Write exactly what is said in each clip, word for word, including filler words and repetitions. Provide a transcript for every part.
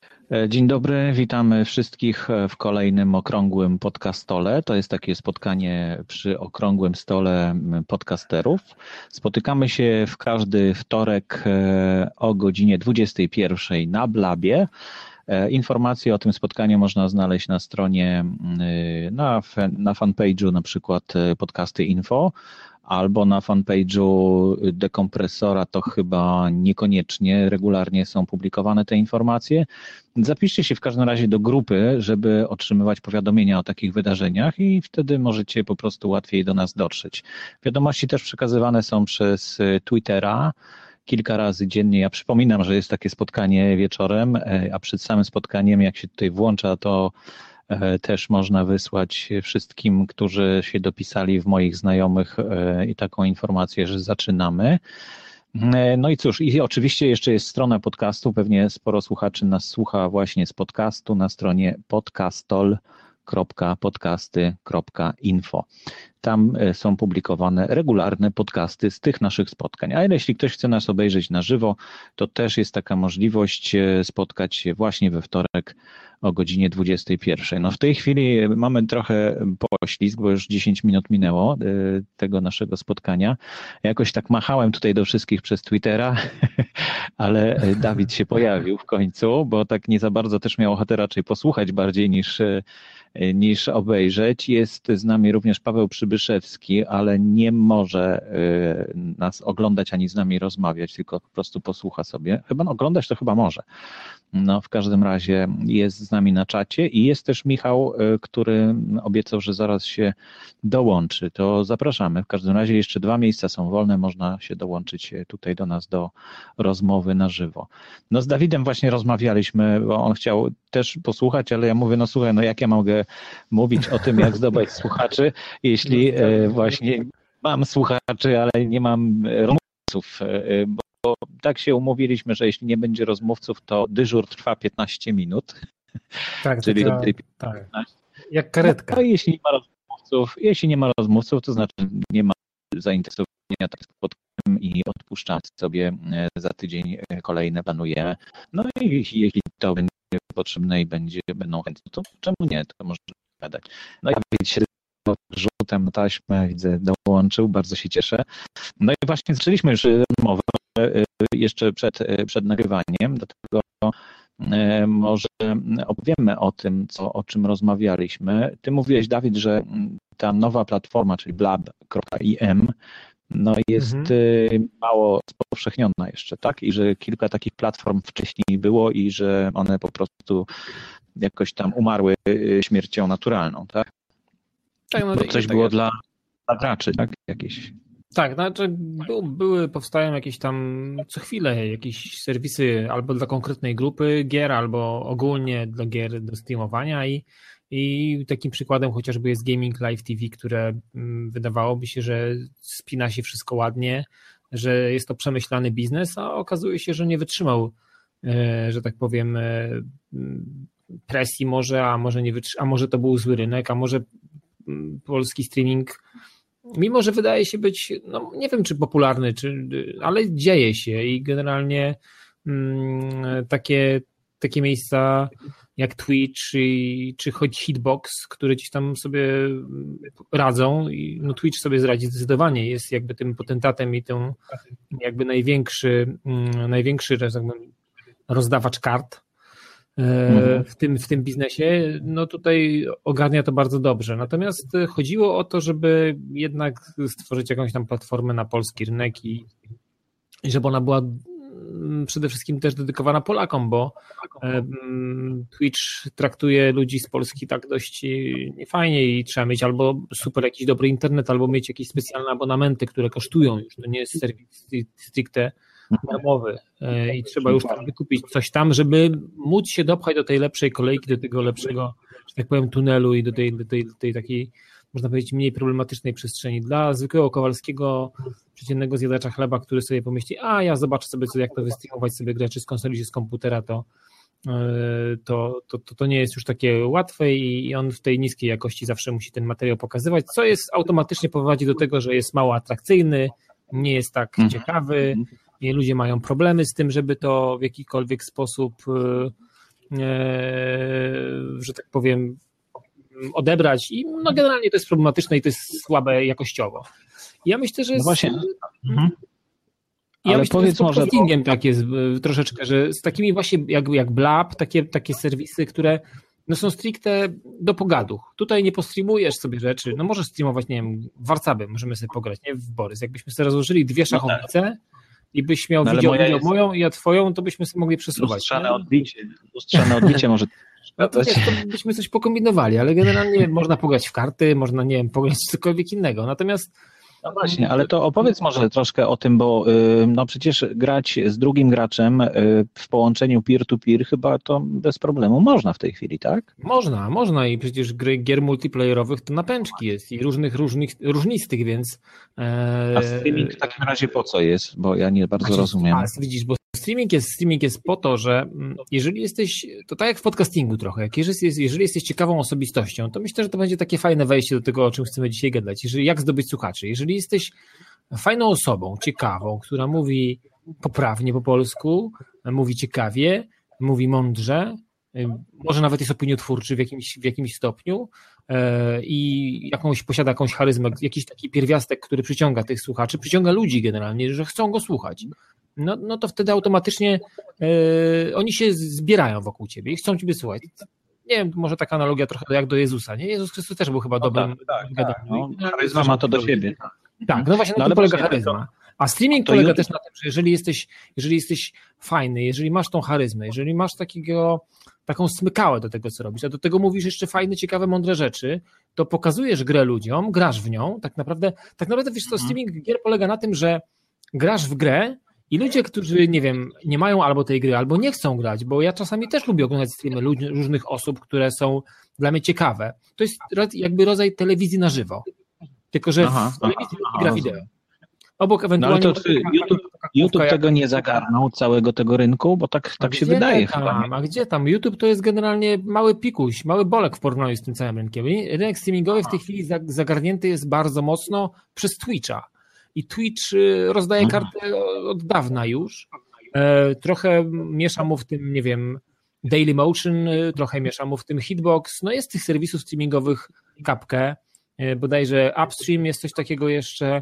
Dzień dobry, witamy wszystkich w kolejnym okrągłym podcastole. To jest takie spotkanie przy okrągłym stole podcasterów. Spotykamy się w każdy wtorek o godzinie dwudziestej pierwszej na Blabie. Informacje o tym spotkaniu można znaleźć na stronie, na, na fanpage'u na przykład Podcasty Info, albo na fanpage'u Dekompresora to chyba niekoniecznie regularnie są publikowane te informacje. Zapiszcie się w każdym razie do grupy, żeby otrzymywać powiadomienia o takich wydarzeniach i wtedy możecie po prostu łatwiej do nas dotrzeć. Wiadomości też przekazywane są przez Twittera kilka razy dziennie. Ja przypominam, że jest takie spotkanie wieczorem, a przed samym spotkaniem, jak się tutaj włącza, to też można wysłać wszystkim, którzy się dopisali w moich znajomych i taką informację, że zaczynamy. No i cóż, i oczywiście jeszcze jest strona podcastu, pewnie sporo słuchaczy nas słucha właśnie z podcastu na stronie podcastol kropka podcasty kropka info. Tam są publikowane regularne podcasty z tych naszych spotkań. A jeśli ktoś chce nas obejrzeć na żywo, to też jest taka możliwość spotkać się właśnie we wtorek o godzinie dwudziestej pierwszej. No w tej chwili mamy trochę poślizg, bo już dziesięć minut minęło tego naszego spotkania. Jakoś tak machałem tutaj do wszystkich przez Twittera, ale Dawid się pojawił w końcu, bo tak nie za bardzo też miał ochotę raczej posłuchać bardziej niż niż obejrzeć. Jest z nami również Paweł Przybyszewski, ale nie może nas oglądać ani z nami rozmawiać, tylko po prostu posłucha sobie. Chyba no, oglądać to chyba może. No w każdym razie jest z nami na czacie i jest też Michał, który obiecał, że zaraz się dołączy. To zapraszamy. W każdym razie jeszcze dwa miejsca są wolne, można się dołączyć tutaj do nas do rozmowy na żywo. No z Dawidem właśnie rozmawialiśmy, bo on chciał też posłuchać, ale ja mówię, no słuchaj, no jak ja mogę mówić o tym, jak zdobyć słuchaczy, jeśli właśnie mam słuchaczy, ale nie mam rozmówców, bo tak się umówiliśmy, że jeśli nie będzie rozmówców, to dyżur trwa piętnaście minut. Tak, czyli taka, do tej tak. Jak karetka. No, no jeśli nie ma rozmówców, jeśli nie ma rozmówców, to znaczy nie ma zainteresowania tak spotkaniem i odpuszczamy sobie za tydzień kolejne planujemy. No i jeśli to będzie potrzebne i będzie, będą chętni, to czemu nie, to może gadać. No i Dawid się rzutem na taśmę, widzę, dołączył, bardzo się cieszę. No i właśnie zaczęliśmy już rozmowę jeszcze przed, przed nagrywaniem, dlatego może opowiemy o tym, co, o czym rozmawialiśmy. Ty mówiłeś, Dawid, że ta nowa platforma, czyli blab kropka i m, no jest mhm. mało spowszechniona jeszcze, tak? I że kilka takich platform wcześniej było i że one po prostu jakoś tam umarły śmiercią naturalną, tak? Tak, no, Bo coś tak było dla, dla graczy, tak? Jakieś. Tak, znaczy był, były, powstają jakieś tam co chwilę jakieś serwisy albo dla konkretnej grupy gier, albo ogólnie dla gier do streamowania i, i takim przykładem chociażby jest Gaming Live T V, które wydawałoby się, że spina się wszystko ładnie, że jest to przemyślany biznes, a okazuje się, że nie wytrzymał, że tak powiem, presji może, a może nie wytrzy- a może to był zły rynek, a może polski streaming, mimo że wydaje się być, no nie wiem czy popularny, czy, ale dzieje się i generalnie mm, takie, takie miejsca jak Twitch i, czy choć Hitbox, które gdzieś tam sobie radzą i no Twitch sobie zradzi zdecydowanie, jest jakby tym potentatem i tym jakby największy, mm, największy rozdawacz kart w tym, w tym biznesie, no tutaj ogarnia to bardzo dobrze. Natomiast chodziło o to, żeby jednak stworzyć jakąś tam platformę na polski rynek i, i żeby ona była przede wszystkim też dedykowana Polakom, bo Twitch traktuje ludzi z Polski tak dość niefajnie i trzeba mieć albo super jakiś dobry internet, albo mieć jakieś specjalne abonamenty, które kosztują już. To nie jest serwis stricte darmowy i trzeba już tam wykupić coś tam, żeby móc się dopchać do tej lepszej kolejki, do tego lepszego, że tak powiem, tunelu i do tej, do tej, do tej takiej, można powiedzieć, mniej problematycznej przestrzeni. Dla zwykłego Kowalskiego, przeciętnego zjadacza chleba, który sobie pomyśli, a ja zobaczę sobie, co, jak to wystreamować sobie grę, czy z konsoli, czy z komputera, to, to, to, to, to nie jest już takie łatwe i on w tej niskiej jakości zawsze musi ten materiał pokazywać, co jest automatycznie prowadzi do tego, że jest mało atrakcyjny, nie jest tak mhm. ciekawy, i ludzie mają problemy z tym, żeby to w jakikolwiek sposób że tak powiem, odebrać i no generalnie to jest problematyczne i to jest słabe jakościowo. Ja myślę, że no jest... właśnie. Mhm. Ja Ale myślę, powiedz że z podcastingiem może... tak jest troszeczkę, że z takimi właśnie jak, jak Blab, takie, takie serwisy, które no są stricte do pogaduch. Tutaj nie postreamujesz sobie rzeczy, no możesz streamować, nie wiem, Warcabem możemy sobie pograć, nie, w Borys. Jakbyśmy sobie rozłożyli dwie szachownice no tak. i byś miał no, widział, moja widział jest... moją i ja twoją, to byśmy sobie mogli przesuwać. Lustrzane odbicie, lustrzane odbicie może... No to, wiesz, to byśmy coś pokombinowali, ale generalnie można pograć w karty, można, nie wiem, pograć w cokolwiek innego. Natomiast no właśnie, ale to opowiedz może troszkę o tym, bo no przecież grać z drugim graczem w połączeniu peer-to-peer chyba to bez problemu można w tej chwili, tak? Można, można i przecież gry, gier multiplayerowych to na pęczki jest i różnych, różnych, różnistych, więc... A streaming w takim razie po co jest? Bo ja nie bardzo a, rozumiem. A, widzisz, bo streaming jest, streaming jest po to, że jeżeli jesteś, to tak jak w podcastingu trochę, jak jeżeli, jest, jeżeli jesteś ciekawą osobistością, to myślę, że to będzie takie fajne wejście do tego, o czym chcemy dzisiaj gadać. Jeżeli, jak zdobyć słuchaczy? Jeżeli jesteś fajną osobą, ciekawą, która mówi poprawnie po polsku, mówi ciekawie, mówi mądrze, może nawet jest opiniotwórczy w jakimś, w jakimś stopniu i jakąś, posiada jakąś charyzmę, jakiś taki pierwiastek, który przyciąga tych słuchaczy, przyciąga ludzi generalnie, że chcą go słuchać. No, no to wtedy automatycznie yy, oni się zbierają wokół ciebie i chcą ciebie słuchać. Nie wiem, może taka analogia trochę jak do Jezusa, nie? Jezus Chrystus też był chyba no dobrym tak, tak, tak. No, charyzma ma to do siebie. Tak, no właśnie na no, tym polega charyzma. A streaming polega YouTube... też na tym, że jeżeli jesteś, jeżeli jesteś fajny, jeżeli masz tą charyzmę, jeżeli masz takiego, taką smykałę do tego, co robisz, a do tego mówisz jeszcze fajne, ciekawe, mądre rzeczy, to pokazujesz grę ludziom, grasz w nią, tak naprawdę, tak naprawdę wiesz co, streaming gier polega na tym, że grasz w grę i ludzie, którzy, nie wiem, nie mają albo tej gry, albo nie chcą grać, bo ja czasami też lubię oglądać streamy ludzi, różnych osób, które są dla mnie ciekawe. To jest jakby rodzaj telewizji na żywo. Tylko, że aha, w telewizji aha, gra aha, wideo. Obok ewentualnie... No ale to czy YouTube, YouTube tego nie zagarnął, całego tego rynku? Bo tak, tak się wydaje tam, chyba. A gdzie tam? YouTube to jest generalnie mały pikuś, mały bolek w porównaniu z tym całym rynkiem. Rynek streamingowy w tej chwili zagarnięty jest bardzo mocno przez Twitcha. I Twitch rozdaje kartę od dawna już. Trochę miesza mu w tym, nie wiem, Dailymotion, trochę miesza mu w tym Hitbox. No jest tych serwisów streamingowych kapkę. Bodajże Upstream jest coś takiego jeszcze.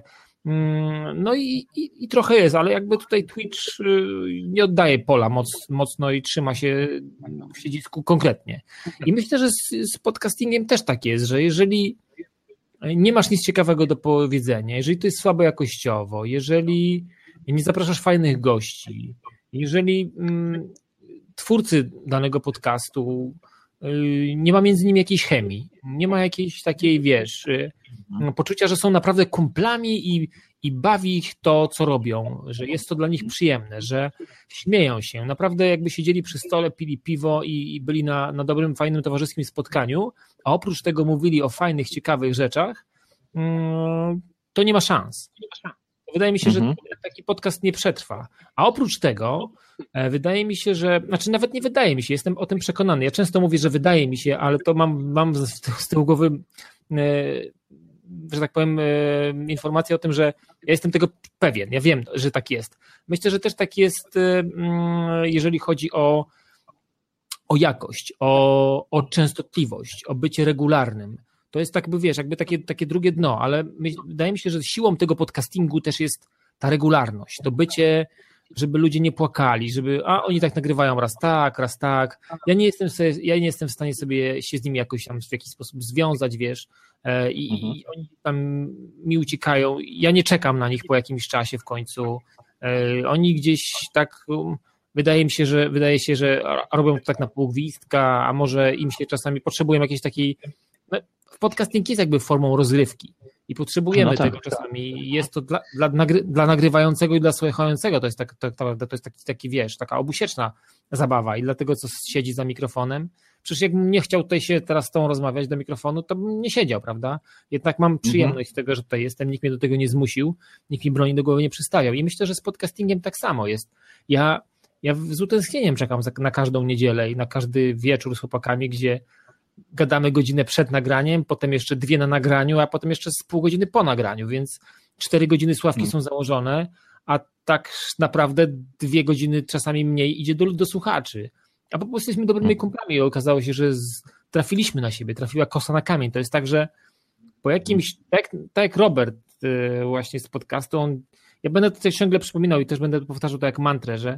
No i, i, i trochę jest, ale jakby tutaj Twitch nie oddaje pola moc, mocno i trzyma się w siedzisku konkretnie. I myślę, że z, z podcastingiem też tak jest, że jeżeli nie masz nic ciekawego do powiedzenia, jeżeli to jest słabo jakościowo, jeżeli nie zapraszasz fajnych gości, jeżeli mm, twórcy danego podcastu y, nie ma między nimi jakiejś chemii, nie ma jakiejś takiej, wiesz, y, poczucia, że są naprawdę kumplami i, i bawi ich to, co robią, że jest to dla nich przyjemne, że śmieją się, naprawdę jakby siedzieli przy stole, pili piwo i, i byli na, na dobrym, fajnym, towarzyskim spotkaniu, a oprócz tego mówili o fajnych, ciekawych rzeczach, to nie ma szans. Wydaje mi się, mhm. że taki podcast nie przetrwa. A oprócz tego wydaje mi się, że, znaczy nawet nie wydaje mi się, jestem o tym przekonany. Ja często mówię, że wydaje mi się, ale to mam, mam z tyłu głowy, że tak powiem, informację o tym, że ja jestem tego pewien. Ja wiem, że tak jest. Myślę, że też tak jest, jeżeli chodzi o, o jakość, o, o częstotliwość, o bycie regularnym. To jest tak, by wiesz, jakby takie, takie drugie dno, ale my, wydaje mi się, że siłą tego podcastingu też jest ta regularność, to bycie, żeby ludzie nie płakali, żeby, a oni tak nagrywają raz tak, raz tak. Ja nie jestem, sobie, ja nie jestem w stanie sobie się z nimi jakoś tam w jakiś sposób związać, wiesz, i, mhm. i oni tam mi uciekają. Ja nie czekam na nich po jakimś czasie w końcu. Oni gdzieś tak, wydaje mi się, że wydaje się, że robią to tak na pół gwizdka, a może im się czasami potrzebują jakiejś takiej. Podcasting jest jakby formą rozrywki i potrzebujemy no tak, tego czasami. Tak. Jest to dla, dla, nagry, dla nagrywającego i dla słuchającego. To jest, tak, to, to, to jest taki, taki, wiesz, taka obusieczna zabawa i dlatego, co siedzi za mikrofonem. Przecież jakbym nie chciał tutaj się teraz z tą rozmawiać do mikrofonu, to bym nie siedział, prawda? Jednak mam przyjemność mhm. z tego, że tutaj jestem. Nikt mnie do tego nie zmusił, nikt mi broni do głowy nie przystawiał. I myślę, że z podcastingiem tak samo jest. Ja, ja z utęsknieniem czekam na każdą niedzielę i na każdy wieczór z chłopakami, gdzie gadamy godzinę przed nagraniem, potem jeszcze dwie na nagraniu, a potem jeszcze z pół godziny po nagraniu, więc cztery godziny sławki hmm. są założone, a tak naprawdę dwie godziny czasami mniej idzie do, do słuchaczy. a po prostu jesteśmy dobrymi kumplami i okazało się, że z, trafiliśmy na siebie, trafiła kosa na kamień. To jest tak, że po jakimś, tak, tak jak Robert yy, właśnie z podcastu, on, ja będę tutaj ciągle przypominał i też będę powtarzał to jak mantrę, że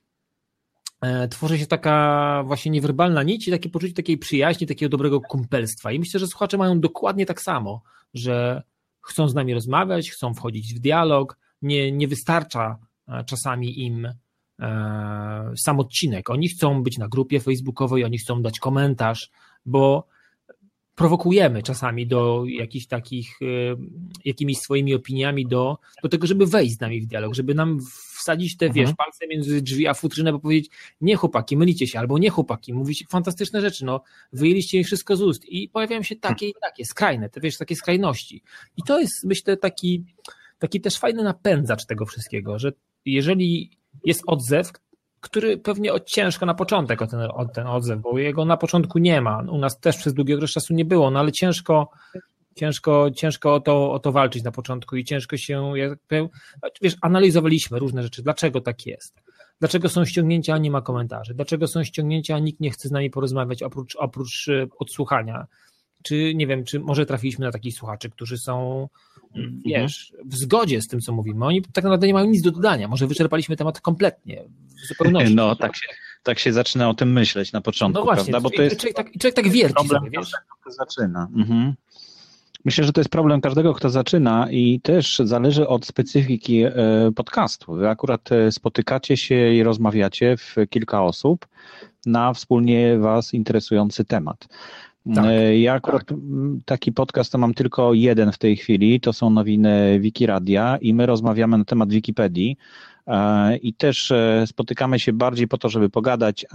yy, tworzy się taka właśnie niewerbalna nić i takie poczucie takiej przyjaźni, takiego dobrego kumpelstwa i myślę, że słuchacze mają dokładnie tak samo, że chcą z nami rozmawiać, chcą wchodzić w dialog, nie, nie wystarcza czasami im sam odcinek. Oni chcą być na grupie facebookowej, oni chcą dać komentarz, bo prowokujemy czasami do jakichś takich, jakimiś swoimi opiniami do, do tego, żeby wejść z nami w dialog, żeby nam wsadzić te, mhm. wiesz, palce między drzwi a futrzynę, bo powiedzieć, nie chłopaki, mylicie się, albo nie chłopaki, mówicie fantastyczne rzeczy, no, wyjęliście mi wszystko z ust i pojawiają się takie i takie, skrajne, te, wiesz, takie skrajności. I to jest, myślę, taki, taki też fajny napędzacz tego wszystkiego, że jeżeli jest odzew, który pewnie od ciężko na początek o ten, o ten odzew, bo jego na początku nie ma. U nas też przez długi okres czasu nie było, no ale ciężko, ciężko, ciężko o to, o to walczyć na początku i ciężko się, jak powiem, wiesz, analizowaliśmy różne rzeczy, dlaczego tak jest. Dlaczego są ściągnięcia, a nie ma komentarzy? Dlaczego są ściągnięcia, a nikt nie chce z nami porozmawiać oprócz, oprócz odsłuchania? Czy, nie wiem, czy może trafiliśmy na takich słuchaczy, którzy są, wiesz, w zgodzie z tym, co mówimy. Oni tak naprawdę nie mają nic do dodania. Może wyczerpaliśmy temat kompletnie, w zupełności. No, tak się, tak się zaczyna o tym myśleć na początku, no właśnie, prawda? Bo to jest człowiek tak, człowiek tak wierci problem sobie, wiesz? każdego, kto zaczyna. Mhm. Myślę, że to jest problem każdego, kto zaczyna i też zależy od specyfiki podcastu. Wy akurat spotykacie się i rozmawiacie w kilka osób na wspólnie was interesujący temat. Tak, ja akurat tak. taki podcast to mam tylko jeden w tej chwili, to są nowiny Wikiradia i my rozmawiamy na temat Wikipedii i też spotykamy się bardziej po to, żeby pogadać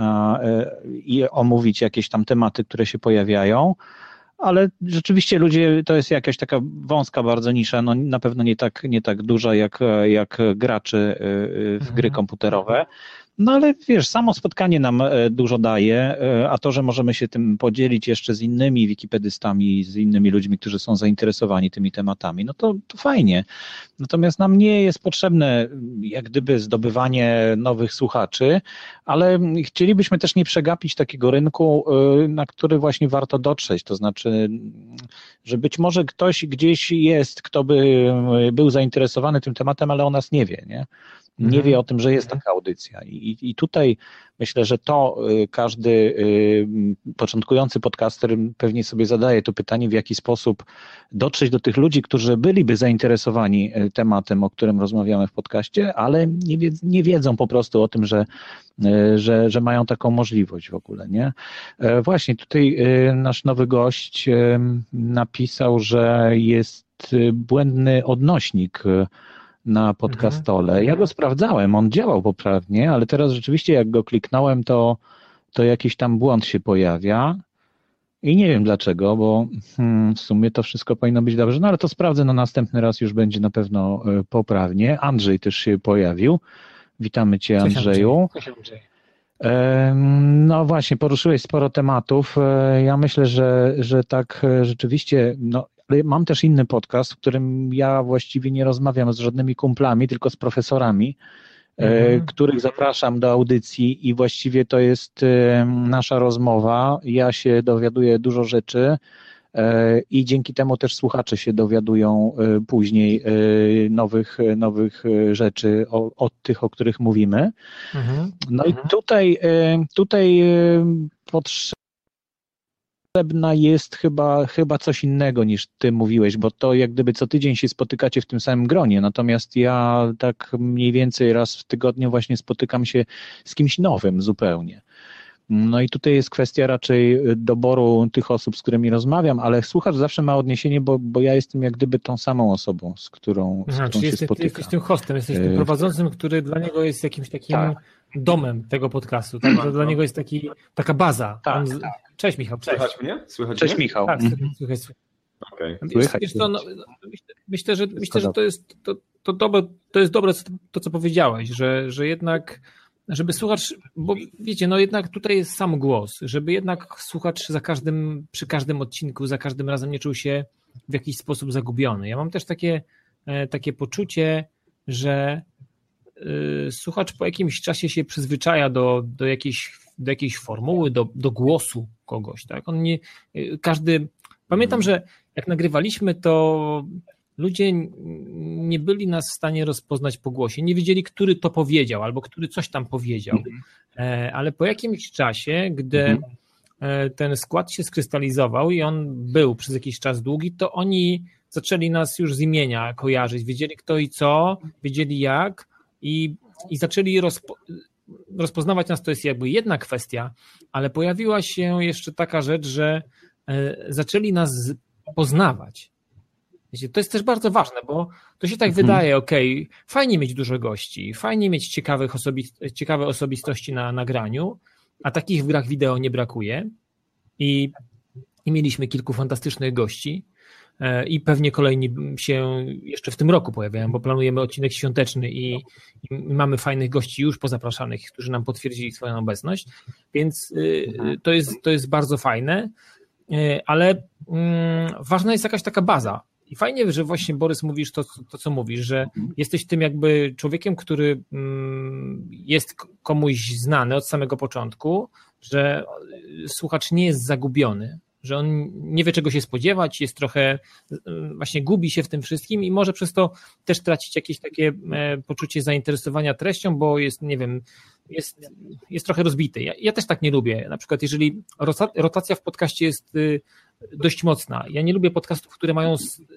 i omówić jakieś tam tematy, które się pojawiają, ale rzeczywiście ludzie, to jest jakaś taka wąska bardzo nisza, no na pewno nie tak, nie tak duża jak, jak graczy w gry mhm. komputerowe. No ale wiesz, samo spotkanie nam dużo daje, a to, że możemy się tym podzielić jeszcze z innymi wikipedystami, z innymi ludźmi, którzy są zainteresowani tymi tematami, no to, to fajnie. Natomiast nam nie jest potrzebne jak gdyby zdobywanie nowych słuchaczy, ale chcielibyśmy też nie przegapić takiego rynku, na który właśnie warto dotrzeć, to znaczy, że być może ktoś gdzieś jest, kto by był zainteresowany tym tematem, ale o nas nie wie, nie? Nie wie o tym, że jest taka audycja. I, i tutaj myślę, że to każdy początkujący podcaster pewnie sobie zadaje to pytanie, w jaki sposób dotrzeć do tych ludzi, którzy byliby zainteresowani tematem, o którym rozmawiamy w podcaście, ale nie, wie, nie wiedzą po prostu o tym, że, że, że mają taką możliwość w ogóle, nie? Właśnie tutaj nasz nowy gość napisał, że jest błędny odnośnik na podcastole. Ja go sprawdzałem, on działał poprawnie, ale teraz rzeczywiście jak go kliknąłem, to, to jakiś tam błąd się pojawia i nie wiem dlaczego, bo hmm, w sumie to wszystko powinno być dobrze, no ale to sprawdzę, no następny raz już będzie na pewno poprawnie. Andrzej też się pojawił. Witamy Cię, Andrzeju. Cześć, Andrzej. No właśnie, poruszyłeś sporo tematów. Ja myślę, że, że tak rzeczywiście, no ale mam też inny podcast, w którym ja właściwie nie rozmawiam z żadnymi kumplami, tylko z profesorami, mhm. których zapraszam do audycji i właściwie to jest nasza rozmowa. Ja się dowiaduję dużo rzeczy i dzięki temu też słuchacze się dowiadują później nowych, nowych rzeczy od tych, o których mówimy. Mhm. No mhm. i tutaj, tutaj potrzeba Potrzebna jest chyba, chyba coś innego niż ty mówiłeś, bo to jak gdyby co tydzień się spotykacie w tym samym gronie, natomiast ja tak mniej więcej raz w tygodniu właśnie spotykam się z kimś nowym zupełnie. No i tutaj jest kwestia raczej doboru tych osób, z którymi rozmawiam, ale słuchacz zawsze ma odniesienie, bo, bo ja jestem jak gdyby tą samą osobą, z którą, z Aha, którą się jesteś, spotykam. Jesteś tym hostem, jesteś tym prowadzącym, który dla niego jest jakimś takim tak. domem tego podcastu. Tak? To dla niego jest taki, taka baza. Tak, On... tak. Cześć Michał. Cześć. Słychać mnie? Słychać Cześć mnie? Michał. Tak, słychać, słychać. Okay. Wiesz, wiesz co, no, myślę, myślę, że, myślę, że to jest to, to, dobre, to jest dobre to, co powiedziałeś, że, że jednak żeby słuchacz, bo wiecie, no jednak tutaj jest sam głos, żeby jednak słuchacz za każdym, przy każdym odcinku, za każdym razem nie czuł się w jakiś sposób zagubiony. Ja mam też takie, takie poczucie, że słuchacz po jakimś czasie się przyzwyczaja do, do jakiejś do jakiejś formuły, do, do głosu kogoś, tak? On nie, każdy, pamiętam, że jak nagrywaliśmy, to ludzie nie byli nas w stanie rozpoznać po głosie, nie wiedzieli, który to powiedział, albo który coś tam powiedział, ale po jakimś czasie, gdy ten skład się skrystalizował i on był przez jakiś czas długi, to oni zaczęli nas już z imienia kojarzyć, wiedzieli kto i co, wiedzieli jak i, i zaczęli rozpo, rozpoznawać nas, to jest jakby jedna kwestia, ale pojawiła się jeszcze taka rzecz, że zaczęli nas poznawać. To jest też bardzo ważne, bo to się tak mhm. wydaje, okej, okay, fajnie mieć dużo gości, fajnie mieć ciekawych osobist- ciekawe osobistości na nagraniu, a takich w grach wideo nie brakuje i, i mieliśmy kilku fantastycznych gości i pewnie kolejni się jeszcze w tym roku pojawiają, bo planujemy odcinek świąteczny i, i mamy fajnych gości już pozapraszanych, którzy nam potwierdzili swoją obecność, więc mhm. to jest, to jest bardzo fajne, ale mm, ważna jest jakaś taka baza. I fajnie, że właśnie Borys mówisz to, to, co mówisz, że jesteś tym jakby człowiekiem, który jest komuś znany od samego początku, że słuchacz nie jest zagubiony, że on nie wie czego się spodziewać, jest trochę, właśnie gubi się w tym wszystkim i może przez to też tracić jakieś takie poczucie zainteresowania treścią, bo jest, nie wiem, jest, jest trochę rozbity. Ja, ja też tak nie lubię. Na przykład jeżeli rotacja w podcaście jest dość mocna. Ja nie lubię podcastów, które mają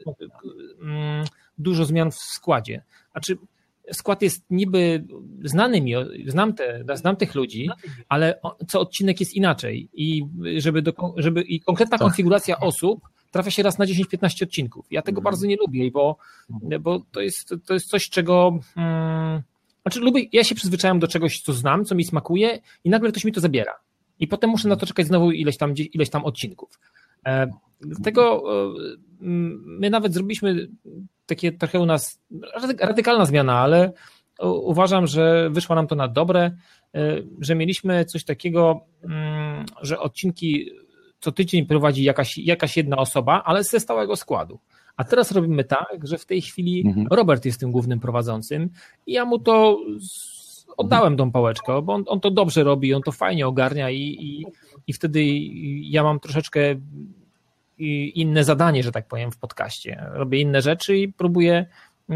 dużo zmian w składzie. Znaczy skład jest niby znany mi, znam, te, znam tych ludzi, ale co odcinek jest inaczej i żeby, do, żeby i konkretna tak. konfiguracja osób trafia się raz na dziesięć piętnaście odcinków. Ja tego bardzo nie lubię, bo, bo to, jest, to jest coś, czego hmm, znaczy lubię, ja się przyzwyczaiłem do czegoś, co znam, co mi smakuje i nagle ktoś mi to zabiera. I potem muszę na to czekać znowu ileś tam, ileś tam odcinków. Dlatego my nawet zrobiliśmy takie trochę u nas radykalna zmiana, ale uważam, że wyszło nam to na dobre, że mieliśmy coś takiego, że odcinki co tydzień prowadzi jakaś, jakaś jedna osoba, ale ze stałego składu. A teraz robimy tak, że w tej chwili mhm. Robert jest tym głównym prowadzącym i ja mu to oddałem tą pałeczkę, bo on, on to dobrze robi, on to fajnie ogarnia i, i, i wtedy ja mam troszeczkę inne zadanie, że tak powiem, w podcaście. Robię inne rzeczy i próbuję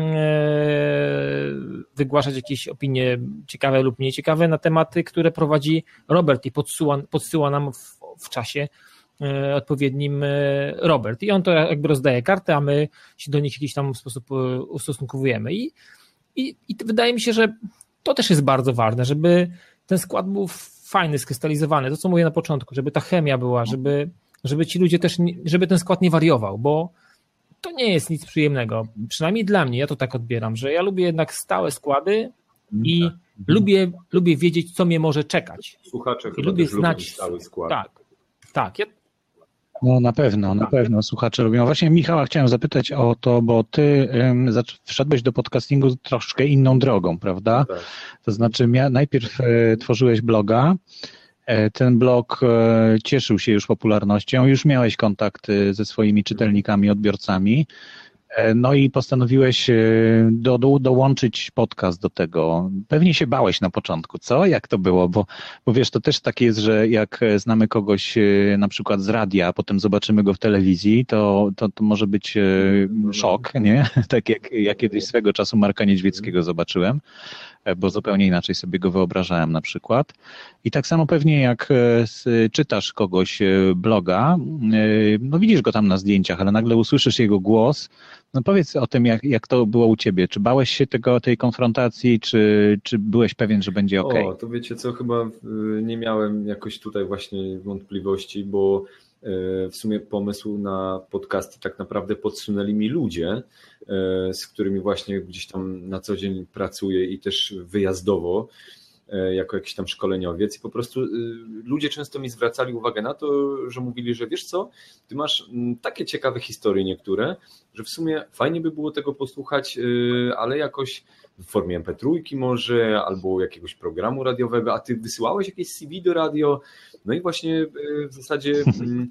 wygłaszać jakieś opinie ciekawe lub nieciekawe na tematy, które prowadzi Robert i podsyła, podsyła nam w, w czasie odpowiednim Robert. I on to jakby rozdaje kartę, a my się do nich w jakiś tam sposób ustosunkowujemy. I, i, i wydaje mi się, że to też jest bardzo ważne, żeby ten skład był fajny, skrystalizowany. To, co mówię na początku, żeby ta chemia była, żeby, żeby ci ludzie też, nie, żeby ten skład nie wariował, bo to nie jest nic przyjemnego. Przynajmniej dla mnie, ja to tak odbieram, że ja lubię jednak stałe składy i mhm. lubię, lubię wiedzieć, co mnie może czekać. Słuchacze I lubię znać stały skład. Tak, tak. Ja... No na pewno, na pewno słuchacze lubią. Właśnie Michała chciałem zapytać o to, bo ty um, wszedłeś do podcastingu troszkę inną drogą, prawda? Tak. To znaczy mia- najpierw e, tworzyłeś bloga, e, ten blog e, cieszył się już popularnością, już miałeś kontakty ze swoimi czytelnikami, odbiorcami, e, no i postanowiłeś do, do, dołączyć podcast do tego. Pewnie się bałeś na początku, co? Jak to było? Bo, bo wiesz, to też tak jest, że jak znamy kogoś na przykład z radia, a potem zobaczymy go w telewizji, to, to, to może być szok, nie? Tak jak ja kiedyś swego czasu Marka Niedźwieckiego zobaczyłem, bo zupełnie inaczej sobie go wyobrażałem na przykład. I tak samo pewnie jak czytasz kogoś bloga, no widzisz go tam na zdjęciach, ale nagle usłyszysz jego głos. No powiedz o tym, jak, jak to było u ciebie. Czy bałeś się tego, tej konfrontacji, czy, czy byłeś pewien, że będzie okej? O, to wiecie co, chyba nie miałem jakoś tutaj właśnie wątpliwości, bo w sumie pomysł na podcasty tak naprawdę podsunęli mi ludzie, z którymi właśnie gdzieś tam na co dzień pracuję i też wyjazdowo jako jakiś tam szkoleniowiec i po prostu ludzie często mi zwracali uwagę na to, że mówili, że wiesz co, ty masz takie ciekawe historie niektóre, że w sumie fajnie by było tego posłuchać, ale jakoś w formie em pe trzy może albo jakiegoś programu radiowego, a ty wysyłałeś jakieś C V do radio, no i właśnie w zasadzie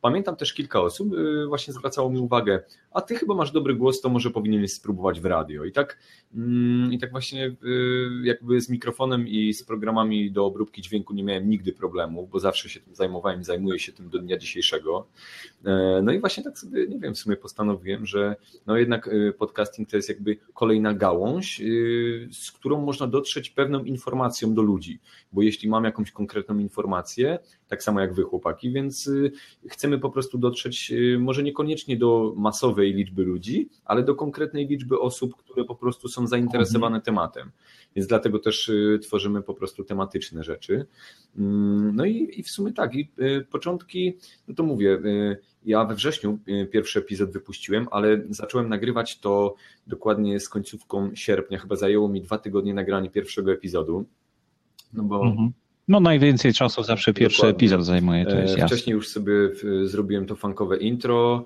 pamiętam też kilka osób właśnie zwracało mi uwagę, a ty chyba masz dobry głos, to może powinieneś spróbować w radio. I tak, i tak właśnie jakby z mikrofonem i z programami do obróbki dźwięku nie miałem nigdy problemu, bo zawsze się tym zajmowałem i zajmuję się tym do dnia dzisiejszego. No i właśnie tak sobie, nie wiem, w sumie postanowiłem, że no jednak podcasting to jest jakby kolejna gałąź, z którą można dotrzeć pewną informacją do ludzi, bo jeśli mam jakąś konkretną informację, tak samo jak wy chłopaki, więc chcemy po prostu dotrzeć może niekoniecznie do masowej liczby ludzi, ale do konkretnej liczby osób, które po prostu są zainteresowane mhm. tematem. Więc dlatego też tworzymy po prostu tematyczne rzeczy. No i, i w sumie tak, i początki, no to mówię, ja we wrześniu pierwszy epizod wypuściłem, ale zacząłem nagrywać to dokładnie z końcówką sierpnia, chyba zajęło mi dwa tygodnie nagranie pierwszego epizodu. No bo mhm. No najwięcej czasu zawsze pierwszy Dokładnie. epizod zajmuje, to jest jasne. Wcześniej już sobie zrobiłem to funkowe intro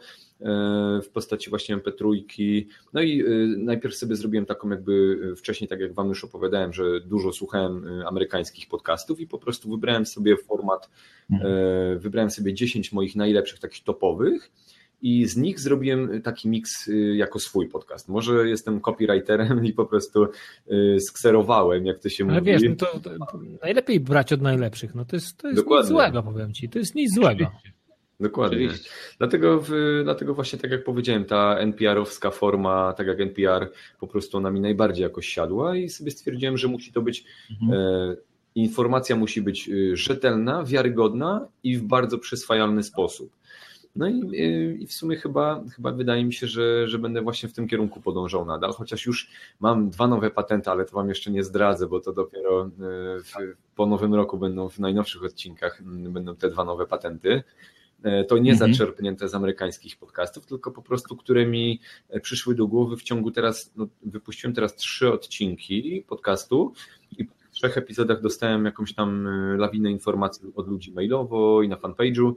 w postaci właśnie em pe trzy. No i najpierw sobie zrobiłem taką jakby wcześniej, tak jak wam już opowiadałem, że dużo słuchałem amerykańskich podcastów i po prostu wybrałem sobie format, mhm. wybrałem sobie dziesięć moich najlepszych takich topowych i z nich zrobiłem taki miks jako swój podcast. Może jestem copywriterem i po prostu skserowałem, jak to się Ale mówi. Ale wiesz, no to, to najlepiej brać od najlepszych. No to jest, to jest nic złego, powiem ci. To jest nic złego. Dokładnie. Dlatego, w, dlatego właśnie tak jak powiedziałem, ta en pe er-owska forma, tak jak en pe er, po prostu ona mi najbardziej jakoś siadła i sobie stwierdziłem, że musi to być mhm. e, informacja musi być rzetelna, wiarygodna i w bardzo przyswajalny sposób. No i, i w sumie chyba, chyba wydaje mi się, że, że będę właśnie w tym kierunku podążał nadal, chociaż już mam dwa nowe patenty, ale to wam jeszcze nie zdradzę, bo to dopiero w, po nowym roku będą w najnowszych odcinkach będą te dwa nowe patenty. To nie mhm. zaczerpnięte z amerykańskich podcastów, tylko po prostu, które mi przyszły do głowy w ciągu teraz, no, wypuściłem teraz trzy odcinki podcastu i po trzech epizodach dostałem jakąś tam lawinę informacji od ludzi mailowo i na fanpage'u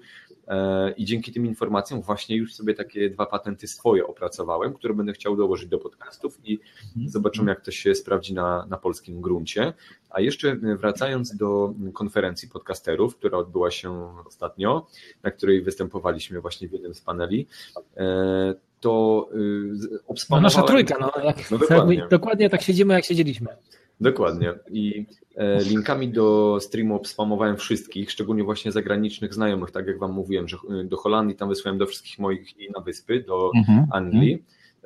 i dzięki tym informacjom właśnie już sobie takie dwa patenty swoje opracowałem, które będę chciał dołożyć do podcastów i zobaczymy, jak to się sprawdzi na, na polskim gruncie. A jeszcze wracając do konferencji podcasterów, która odbyła się ostatnio, na której występowaliśmy właśnie w jednym z paneli, to obspamowałem... No nasza trójka, no, jak, no dokładnie. dokładnie tak siedzimy, jak siedzieliśmy. Dokładnie. I linkami do streamu obspamowałem wszystkich, szczególnie właśnie zagranicznych znajomych, tak jak wam mówiłem, że do Holandii tam wysłałem do wszystkich moich i na wyspy, do mhm. Anglii.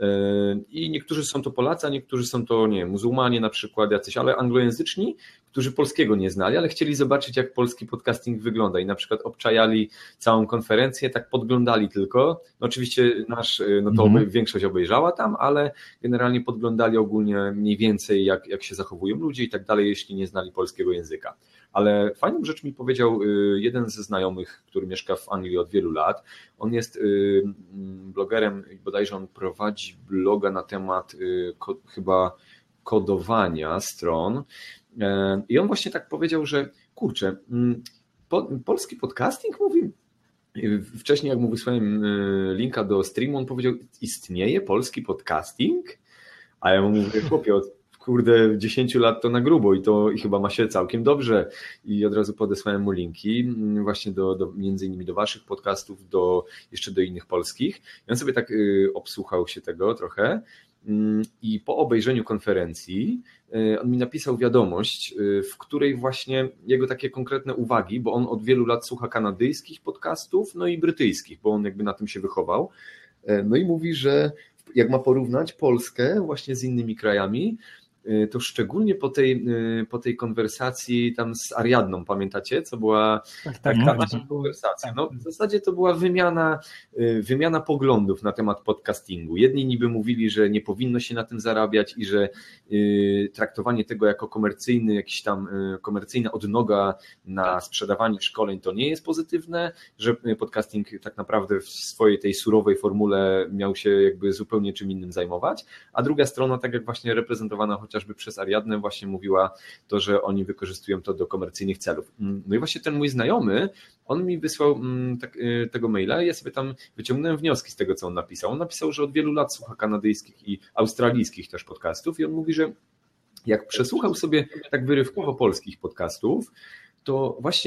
I niektórzy są to Polacy, a niektórzy są to, nie wiem, muzułmanie na przykład jacyś, ale anglojęzyczni, którzy polskiego nie znali, ale chcieli zobaczyć, jak polski podcasting wygląda i na przykład obczajali całą konferencję, tak podglądali tylko. No oczywiście nasz, no to mm-hmm. większość obejrzała tam, ale generalnie podglądali ogólnie mniej więcej, jak, jak się zachowują ludzie i tak dalej, jeśli nie znali polskiego języka. Ale fajną rzecz mi powiedział jeden ze znajomych, który mieszka w Anglii od wielu lat. On jest blogerem, bodajże on prowadzi bloga na temat chyba kodowania stron. I on właśnie tak powiedział, że kurczę, po, polski podcasting, mówi, wcześniej jak mu wysłałem linka do streamu, on powiedział, istnieje polski podcasting? A ja mu mówię, chłopie, od kurde, dziesięć lat to na grubo i to i chyba ma się całkiem dobrze. I od razu podesłałem mu linki właśnie do, do między innymi do waszych podcastów, do jeszcze do innych polskich. I on sobie tak y, obsłuchał się tego trochę. I po obejrzeniu konferencji on mi napisał wiadomość, w której właśnie jego takie konkretne uwagi, bo on od wielu lat słucha kanadyjskich podcastów, no i brytyjskich, bo on jakby na tym się wychował. No i mówi, że jak ma porównać Polskę właśnie z innymi krajami, to szczególnie po tej, po tej konwersacji tam z Ariadną, pamiętacie, co była tak, tak, ta nasza tak, konwersacja. No, w zasadzie to była wymiana, wymiana poglądów na temat podcastingu. Jedni niby mówili, że nie powinno się na tym zarabiać i że traktowanie tego jako komercyjny, jakiś tam komercyjna odnoga na sprzedawanie szkoleń to nie jest pozytywne, że podcasting tak naprawdę w swojej tej surowej formule miał się jakby zupełnie czym innym zajmować, a druga strona, tak jak właśnie reprezentowana chociażby przez Ariadnę, właśnie mówiła to, że oni wykorzystują to do komercyjnych celów. No i właśnie ten mój znajomy, on mi wysłał tak, tego maila i ja sobie tam wyciągnąłem wnioski z tego, co on napisał. On napisał, że od wielu lat słucha kanadyjskich i australijskich też podcastów i on mówi, że jak przesłuchał sobie tak wyrywkowo polskich podcastów, to właśnie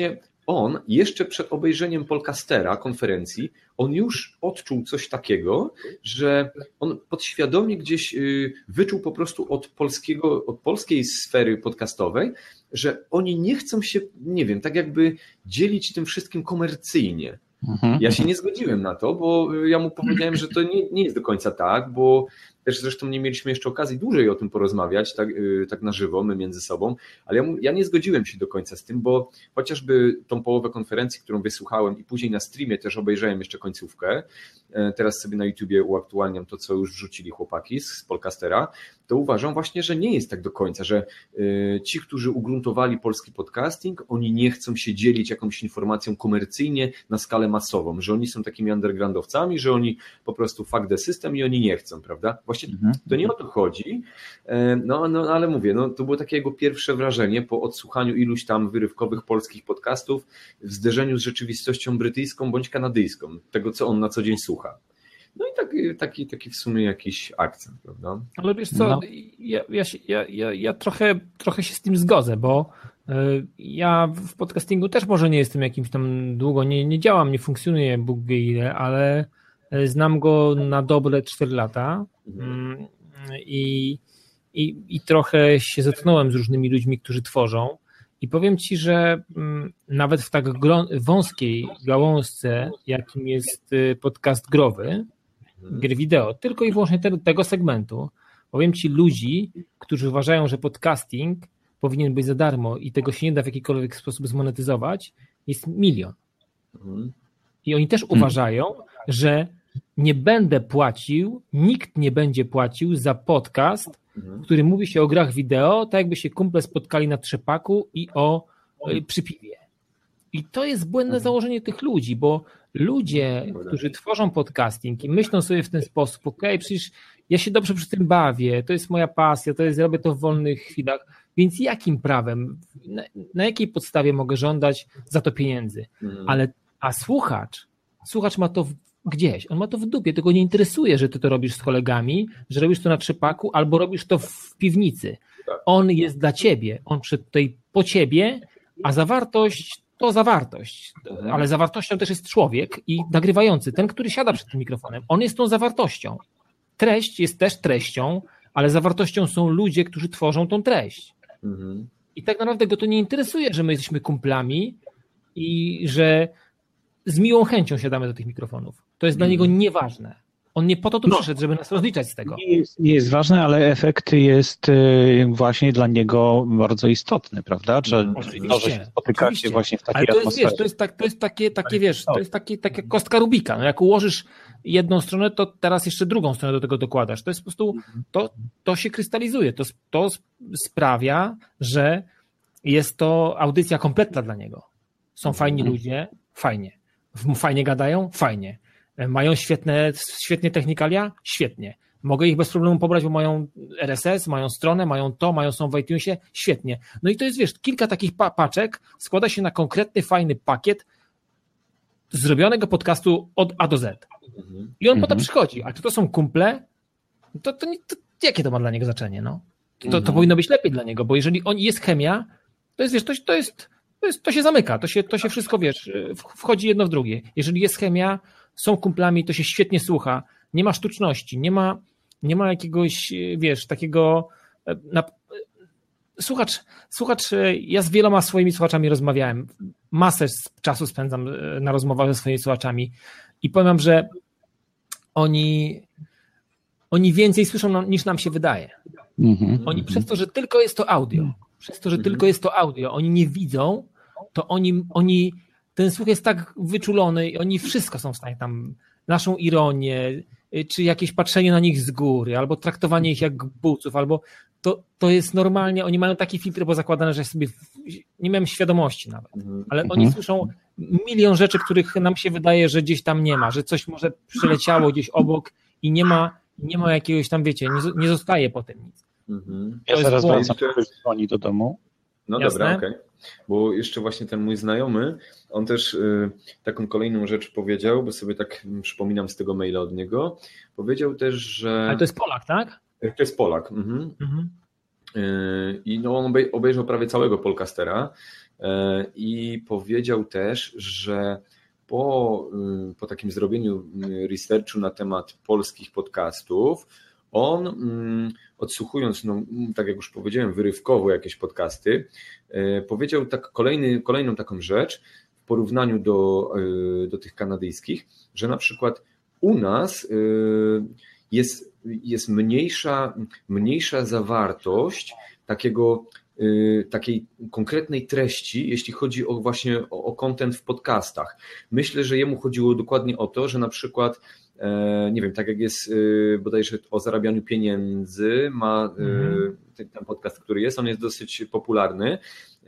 on jeszcze przed obejrzeniem Polcastera, konferencji, on już odczuł coś takiego, że on podświadomie gdzieś wyczuł po prostu od polskiego, od polskiej sfery podcastowej, że oni nie chcą się, nie wiem, tak jakby dzielić tym wszystkim komercyjnie. Ja się nie zgodziłem na to, bo ja mu powiedziałem, że to nie, nie jest do końca tak, bo też zresztą nie mieliśmy jeszcze okazji dłużej o tym porozmawiać, tak, tak na żywo, my między sobą, ale ja, mu, ja nie zgodziłem się do końca z tym, bo chociażby tą połowę konferencji, którą wysłuchałem i później na streamie też obejrzałem jeszcze końcówkę, teraz sobie na YouTubie uaktualniam to, co już wrzucili chłopaki z Polcastera, to uważam właśnie, że nie jest tak do końca, że ci, którzy ugruntowali polski podcasting, oni nie chcą się dzielić jakąś informacją komercyjnie na skalę masową, że oni są takimi undergroundowcami, że oni po prostu fuck the system i oni nie chcą, prawda? Właśnie to nie o to chodzi, no, no ale mówię, no, to było takie jego pierwsze wrażenie po odsłuchaniu iluś tam wyrywkowych polskich podcastów w zderzeniu z rzeczywistością brytyjską bądź kanadyjską, tego co on na co dzień słucha. No i taki, taki, taki w sumie jakiś akcent, prawda? Ale wiesz co, no. ja, ja, ja, ja, ja trochę, trochę się z tym zgodzę, bo ja w podcastingu też może nie jestem jakimś tam długo, nie, nie działam, nie funkcjonuję Bóg wie ile, ale znam go na dobre cztery lata mhm. i, i, i trochę się zetknąłem z różnymi ludźmi, którzy tworzą i powiem Ci, że nawet w tak wąskiej gałązce, jakim jest podcast growy, gry wideo, tylko i wyłącznie te, tego segmentu, powiem Ci ludzi, którzy uważają, że podcasting powinien być za darmo i tego się nie da w jakikolwiek sposób zmonetyzować, jest milion. Mhm. I oni też hmm. uważają, że nie będę płacił, nikt nie będzie płacił za podcast, w którym mówi się o grach wideo, tak jakby się kumple spotkali na trzepaku i o przy piwie. I to jest błędne założenie tych ludzi, bo ludzie, którzy tworzą podcasting i myślą sobie w ten sposób, okej, okay, przecież ja się dobrze przy tym bawię, to jest moja pasja, to jest, robię to w wolnych chwilach, więc jakim prawem, na, na jakiej podstawie mogę żądać za to pieniędzy? Ale, a słuchacz, słuchacz ma to w, gdzieś, on ma to w dupie, tego nie interesuje, że ty to robisz z kolegami, że robisz to na trzepaku albo robisz to w piwnicy. On jest dla ciebie, on przed tutaj po ciebie, a zawartość to zawartość, ale zawartością też jest człowiek i nagrywający, ten, który siada przed tym mikrofonem, on jest tą zawartością. Treść jest też treścią, ale zawartością są ludzie, którzy tworzą tą treść. Mhm. I tak naprawdę go to nie interesuje, że my jesteśmy kumplami i że z miłą chęcią siadamy do tych mikrofonów. To jest mhm. dla niego nieważne. On nie po to tu no, przyszedł, żeby nas rozliczać z tego. Nie jest, nie jest ważne, ale efekt jest właśnie dla niego bardzo istotny, prawda? Że to, że się spotykacie oczywiście. właśnie w takiej ale to atmosferze. Jest, wiesz, to jest, tak, to jest takie, takie wiesz, to jest takie, takie kostka Rubika. No jak ułożysz jedną stronę, to teraz jeszcze drugą stronę do tego dokładasz. To jest po prostu, to, to się krystalizuje. To, to sprawia, że jest to audycja kompletna dla niego. Są fajni ludzie, fajnie. Fajnie gadają, fajnie. Mają świetne, świetnie technikalia? Świetnie. Mogę ich bez problemu pobrać, bo mają R S S, mają stronę, mają to, mają są w iTunesie? Świetnie. No i to jest, wiesz, kilka takich pa- paczek składa się na konkretny, fajny pakiet zrobionego podcastu od A do Z. I on mhm. po to przychodzi. A czy to są kumple? To, to, nie, to jakie to ma dla niego znaczenie? No? To, to, to powinno być lepiej dla niego, bo jeżeli on jest chemia, to jest, wiesz, to, to jest, to jest, to się zamyka, to się, to się wszystko, wiesz, wchodzi jedno w drugie. Jeżeli jest chemia, są kumplami, to się świetnie słucha, nie ma sztuczności, nie ma, nie ma jakiegoś, wiesz, takiego... Na... Słuchacz, słuchacz, ja z wieloma swoimi słuchaczami rozmawiałem, masę czasu spędzam na rozmowach ze swoimi słuchaczami i powiem, że oni, oni więcej słyszą niż nam się wydaje. Mm-hmm. Oni przez to, że tylko jest to audio, przez to, że mm-hmm. tylko jest to audio, oni nie widzą, to oni... oni ten słuch jest tak wyczulony i oni wszystko są w stanie tam, naszą ironię, czy jakieś patrzenie na nich z góry, albo traktowanie ich jak buców, albo to, to jest normalnie, oni mają taki filtr pozakładane, że sobie nie miałem świadomości nawet, ale mhm. oni słyszą milion rzeczy, których nam się wydaje, że gdzieś tam nie ma, że coś może przyleciało gdzieś obok i nie ma, nie ma jakiegoś tam, wiecie, nie, nie zostaje po tym nic. Mhm. Ja zaraz wracam, ktoś dzwoni do domu. No jasne? Dobra, okej. Okay. Bo jeszcze właśnie ten mój znajomy, on też y, taką kolejną rzecz powiedział, bo sobie tak przypominam z tego maila od niego, powiedział też, że... Ale to jest Polak, tak? To jest Polak. Mhm. Mhm. Y, I no, on obejrzał prawie całego Polcastera i powiedział też, że po, po takim zrobieniu researchu na temat polskich podcastów, on odsłuchując, no, tak jak już powiedziałem, wyrywkowo jakieś podcasty, powiedział tak kolejny, kolejną taką rzecz w porównaniu do, do tych kanadyjskich, że na przykład u nas jest, jest mniejsza, mniejsza zawartość takiego, takiej konkretnej treści, jeśli chodzi o właśnie o, o content w podcastach. Myślę, że jemu chodziło dokładnie o to, że na przykład nie wiem, tak jak jest bodajże o zarabianiu pieniędzy, ma mhm. ten, ten podcast, który jest, on jest dosyć popularny.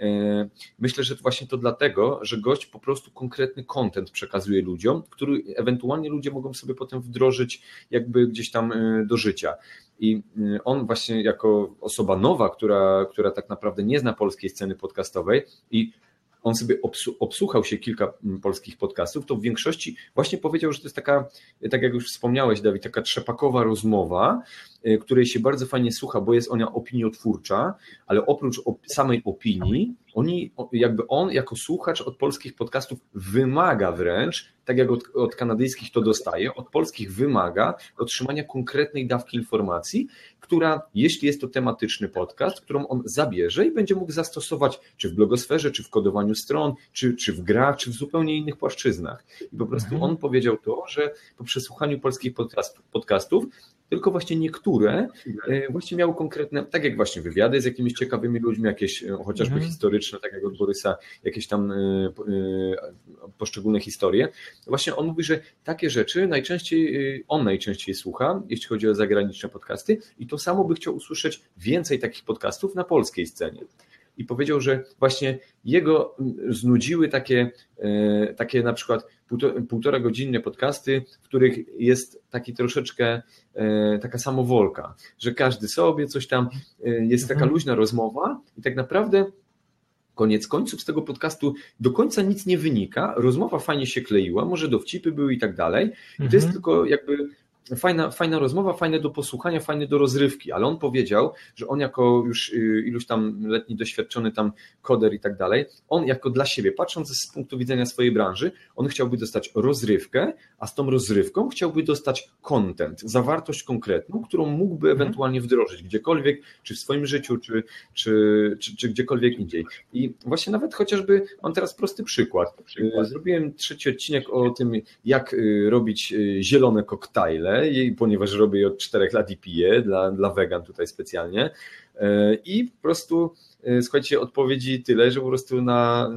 Myślę, że właśnie to dlatego, że gość po prostu konkretny content przekazuje ludziom, który ewentualnie ludzie mogą sobie potem wdrożyć jakby gdzieś tam do życia. I on właśnie jako osoba nowa, która, która tak naprawdę nie zna polskiej sceny podcastowej i on sobie obsłuchał się kilka polskich podcastów, to w większości właśnie powiedział, że to jest taka, tak jak już wspomniałeś, Dawid, taka trzepakowa rozmowa, której się bardzo fajnie słucha, bo jest ona opiniotwórcza, ale oprócz samej opinii, oni, jakby on jako słuchacz od polskich podcastów wymaga wręcz, tak jak od, od kanadyjskich to dostaje, od polskich wymaga otrzymania konkretnej dawki informacji, która, jeśli jest to tematyczny podcast, którą on zabierze i będzie mógł zastosować czy w blogosferze, czy w kodowaniu stron, czy, czy w grach, czy w zupełnie innych płaszczyznach. I po prostu mhm. on powiedział to, że po przesłuchaniu polskich podcastów, podcastów tylko właśnie niektóre właśnie miały konkretne, tak jak właśnie wywiady z jakimiś ciekawymi ludźmi, jakieś chociażby mhm. historyczne, tak jak od Borysa, jakieś tam poszczególne historie. Właśnie on mówi, że takie rzeczy najczęściej, on najczęściej słucha, jeśli chodzi o zagraniczne podcasty i to samo by chciał usłyszeć więcej takich podcastów na polskiej scenie. I powiedział, że właśnie jego znudziły takie, takie na przykład półtora godzinne podcasty, w których jest taki troszeczkę taka samowolka, że każdy sobie coś tam, jest taka luźna rozmowa i tak naprawdę koniec końców z tego podcastu do końca nic nie wynika, rozmowa fajnie się kleiła, może dowcipy były i tak dalej i to jest tylko jakby Fajna, fajna rozmowa, fajne do posłuchania, fajne do rozrywki, ale on powiedział, że on jako już iluś tam letni doświadczony tam koder i tak dalej, on jako dla siebie, patrząc z punktu widzenia swojej branży, on chciałby dostać rozrywkę, a z tą rozrywką chciałby dostać content, zawartość konkretną, którą mógłby ewentualnie wdrożyć gdziekolwiek, czy w swoim życiu, czy, czy, czy, czy gdziekolwiek indziej. I właśnie nawet chociażby, mam teraz prosty przykład. przykład. Zrobiłem trzeci odcinek o tym, jak robić zielone koktajle, ponieważ robię je od czterech lat i piję dla, dla wegan tutaj specjalnie i po prostu słuchajcie, odpowiedzi tyle, że po prostu na,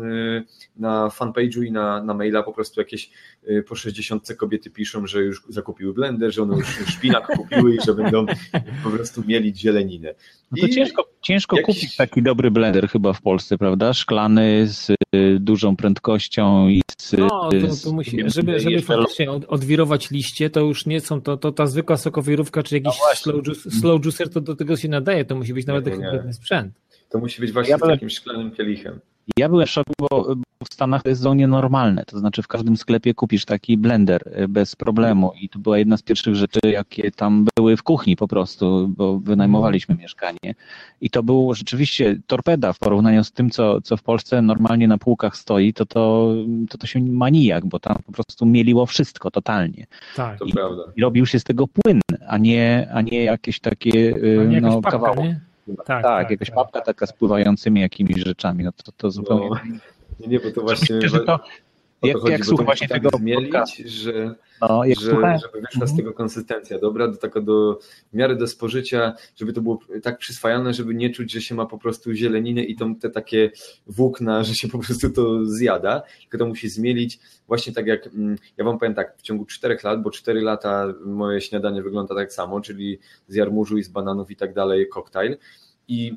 na fanpage'u i na, na maila po prostu jakieś po sześćdziesiątce kobiety piszą, że już zakupiły blender, że one już szpinak kupiły i że będą po prostu mieli zieleninę. No to I ciężko, ciężko jakiś... kupić taki dobry blender chyba w Polsce, prawda? Szklany z dużą prędkością i z... No, to, to musi, żeby, żeby faktycznie odwirować liście, to już nie są, to, to ta zwykła sokowirówka czy jakiś no slow, juice, slow juicer, to do tego się nadaje, to musi być nawet nie, konkretny nie. sprzęt. To musi być właśnie ja z byłem, takim szklanym kielichem. Ja byłem w szoku, bo w Stanach to jest zupełnie normalne. To znaczy w każdym sklepie kupisz taki blender bez problemu i to była jedna z pierwszych rzeczy, jakie tam były w kuchni po prostu, bo wynajmowaliśmy mieszkanie. I to było rzeczywiście torpeda w porównaniu z tym, co, co w Polsce normalnie na półkach stoi, to to, to, to się ma nijak, bo tam po prostu mieliło wszystko totalnie. Tak, to I, prawda. I robił się z tego płyn, a nie, a nie jakieś takie nie no, papka, kawałki. Nie? Tak, tak, tak, jakaś tak. papka taka z pływającymi jakimiś rzeczami, no to, to zupełnie... No, nie, nie, bo to właśnie... Myślę, to, jak, chodzi, jak słucham właśnie tego zmielić, że, no, jak że, żeby wyszła z tego konsystencja dobra, do taka do, w miarę do spożycia, żeby to było tak przyswajane, żeby nie czuć, że się ma po prostu zieleninę i tą, te takie włókna, że się po prostu to zjada, tylko to musi zmielić właśnie tak jak, ja wam powiem tak, w ciągu czterech lat, bo cztery lata moje śniadanie wygląda tak samo, czyli z jarmużu i z bananów i tak dalej, koktajl. I,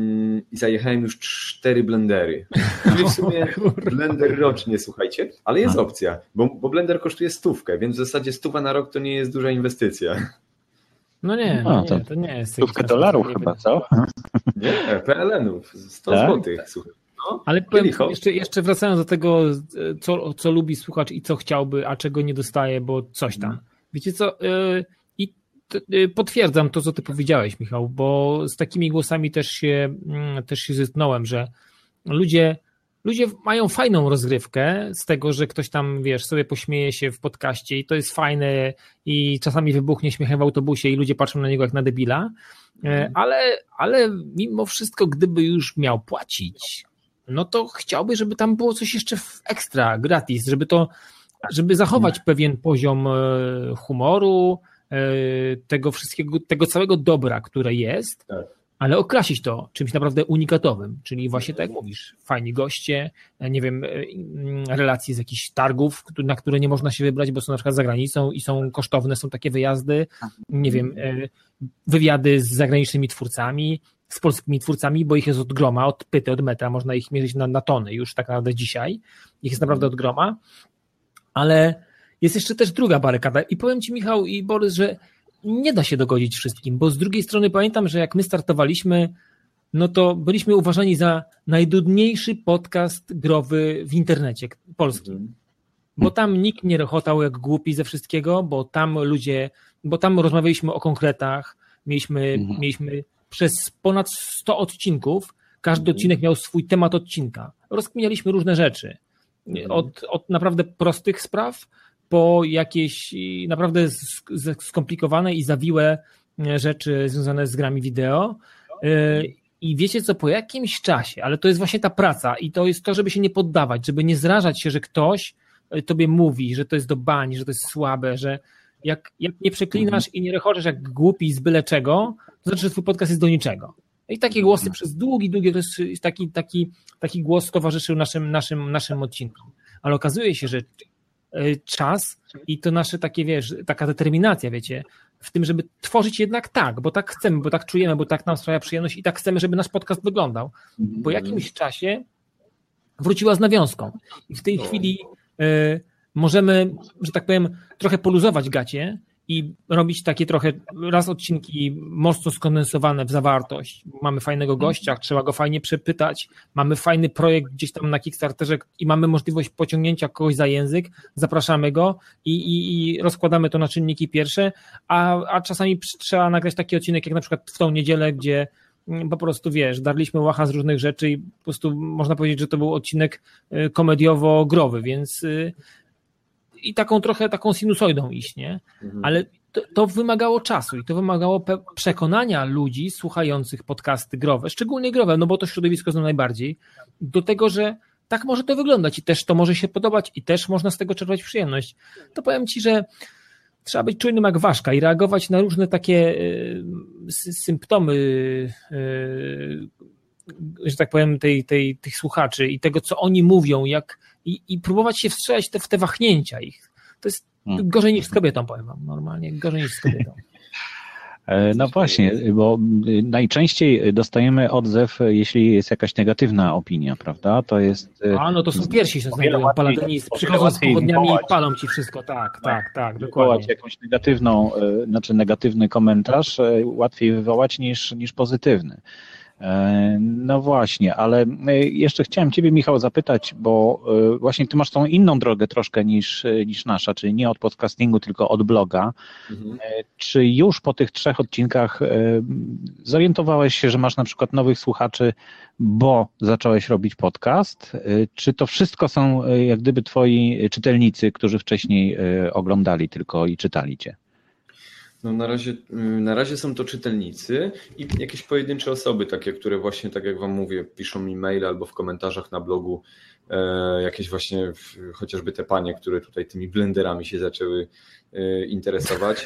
i zajechałem już cztery blendery. Czyli w sumie blender rocznie, słuchajcie, ale jest opcja, bo, bo blender kosztuje stówkę, więc w zasadzie stuwa na rok to nie jest duża inwestycja. No nie, no nie to, to nie jest. Stówkę dolarów chyba, co? Nie, P L N-ów, sto tak? złotych. Słuchaj. No, ale powiem, jeszcze, jeszcze wracając do tego, co, co lubi słuchacz i co chciałby, a czego nie dostaje, bo coś tam. Wiecie co, yy, potwierdzam to, co ty powiedziałeś, Michał, bo z takimi głosami też się, też się zetknąłem, że ludzie ludzie mają fajną rozgrywkę z tego, że ktoś tam, wiesz, sobie pośmieje się w podcaście i to jest fajne i czasami wybuchnie śmiechem w autobusie i ludzie patrzą na niego jak na debila, ale, ale mimo wszystko, gdyby już miał płacić, no to chciałby, żeby tam było coś jeszcze ekstra, gratis, żeby to, żeby zachować pewien poziom humoru, tego wszystkiego, tego całego dobra, które jest, tak. Ale okrasić to czymś naprawdę unikatowym, czyli właśnie tak jak mówisz, fajni goście, nie wiem, relacje z jakichś targów, na które nie można się wybrać, bo są na przykład za granicą i są kosztowne, są takie wyjazdy, nie wiem, wywiady z zagranicznymi twórcami, z polskimi twórcami, bo ich jest od groma, od pyty, od metra, można ich mierzyć na, na tony już tak naprawdę dzisiaj, ich jest naprawdę od groma, ale jest jeszcze też druga barykada i powiem Ci, Michał i Borys, że nie da się dogodzić wszystkim, bo z drugiej strony pamiętam, że jak my startowaliśmy, no to byliśmy uważani za najdudniejszy podcast growy w internecie polskim, bo tam nikt nie rechotał jak głupi ze wszystkiego, bo tam ludzie, bo tam rozmawialiśmy o konkretach, mieliśmy, mhm. mieliśmy przez ponad sto odcinków, każdy odcinek miał swój temat odcinka, rozkminialiśmy różne rzeczy, od, od naprawdę prostych spraw po jakieś naprawdę skomplikowane i zawiłe rzeczy związane z grami wideo. I wiecie co, po jakimś czasie, ale to jest właśnie ta praca i to jest to, żeby się nie poddawać, żeby nie zrażać się, że ktoś tobie mówi, że to jest do bani, że to jest słabe, że jak, jak nie przeklinasz i nie rechoczesz jak głupi z byle czego, to znaczy, że twój podcast jest do niczego. I takie głosy przez długi, długi, to jest taki, taki, taki głos towarzyszył naszym, naszym, naszym odcinkom. Ale okazuje się, że czas i to nasze takie, wiesz, taka determinacja, wiecie, w tym, żeby tworzyć jednak tak, bo tak chcemy, bo tak czujemy, bo tak nam sprawia przyjemność i tak chcemy, żeby nasz podcast wyglądał. Po jakimś czasie wróciła z nawiązką i w tej chwili y, możemy, że tak powiem, trochę poluzować gacie i robić takie trochę raz odcinki mocno skondensowane w zawartość. Mamy fajnego gościa, trzeba go fajnie przepytać, mamy fajny projekt gdzieś tam na Kickstarterze i mamy możliwość pociągnięcia kogoś za język, zapraszamy go i, i, i rozkładamy to na czynniki pierwsze, a, a czasami trzeba nagrać taki odcinek jak na przykład w tą niedzielę, gdzie po prostu, wiesz, darliśmy łacha z różnych rzeczy i po prostu można powiedzieć, że to był odcinek komediowo-growy, więc i taką trochę taką sinusoidą iść, nie? Mhm. Ale to, to wymagało czasu i to wymagało pe- przekonania ludzi słuchających podcasty growe, szczególnie growe, no bo to środowisko znam najbardziej, do tego, że tak może to wyglądać i też to może się podobać i też można z tego czerpać przyjemność. To powiem Ci, że trzeba być czujnym jak ważka i reagować na różne takie y, symptomy, y, że tak powiem, tej, tej, tych słuchaczy i tego, co oni mówią, jak i, i próbować się wstrzelić te, w te wahnięcia ich. To jest hmm. gorzej niż z kobietą, powiem wam, normalnie gorzej niż z kobietą. No właśnie, bo najczęściej dostajemy odzew, jeśli jest jakaś negatywna opinia, prawda? To jest... A no to są pierwsi, się znajdują paladyni, przychodzą z pochodniami i palą ci wszystko, tak, tak, tak, dokładnie. Jakąś negatywną, znaczy negatywny komentarz łatwiej wywołać niż, niż pozytywny. No właśnie, ale jeszcze chciałem Ciebie, Michał, zapytać, bo właśnie Ty masz tą inną drogę troszkę niż, niż nasza, czyli nie od podcastingu, tylko od bloga. Mhm. Czy już po tych trzech odcinkach zorientowałeś się, że masz na przykład nowych słuchaczy, bo zacząłeś robić podcast? Czy to wszystko są jak gdyby Twoi czytelnicy, którzy wcześniej oglądali tylko i czytali Cię? No na razie, na razie są to czytelnicy i jakieś pojedyncze osoby, takie, które właśnie, tak jak wam mówię, piszą mi maile albo w komentarzach na blogu, e, jakieś właśnie chociażby te panie, które tutaj tymi blenderami się zaczęły e, interesować.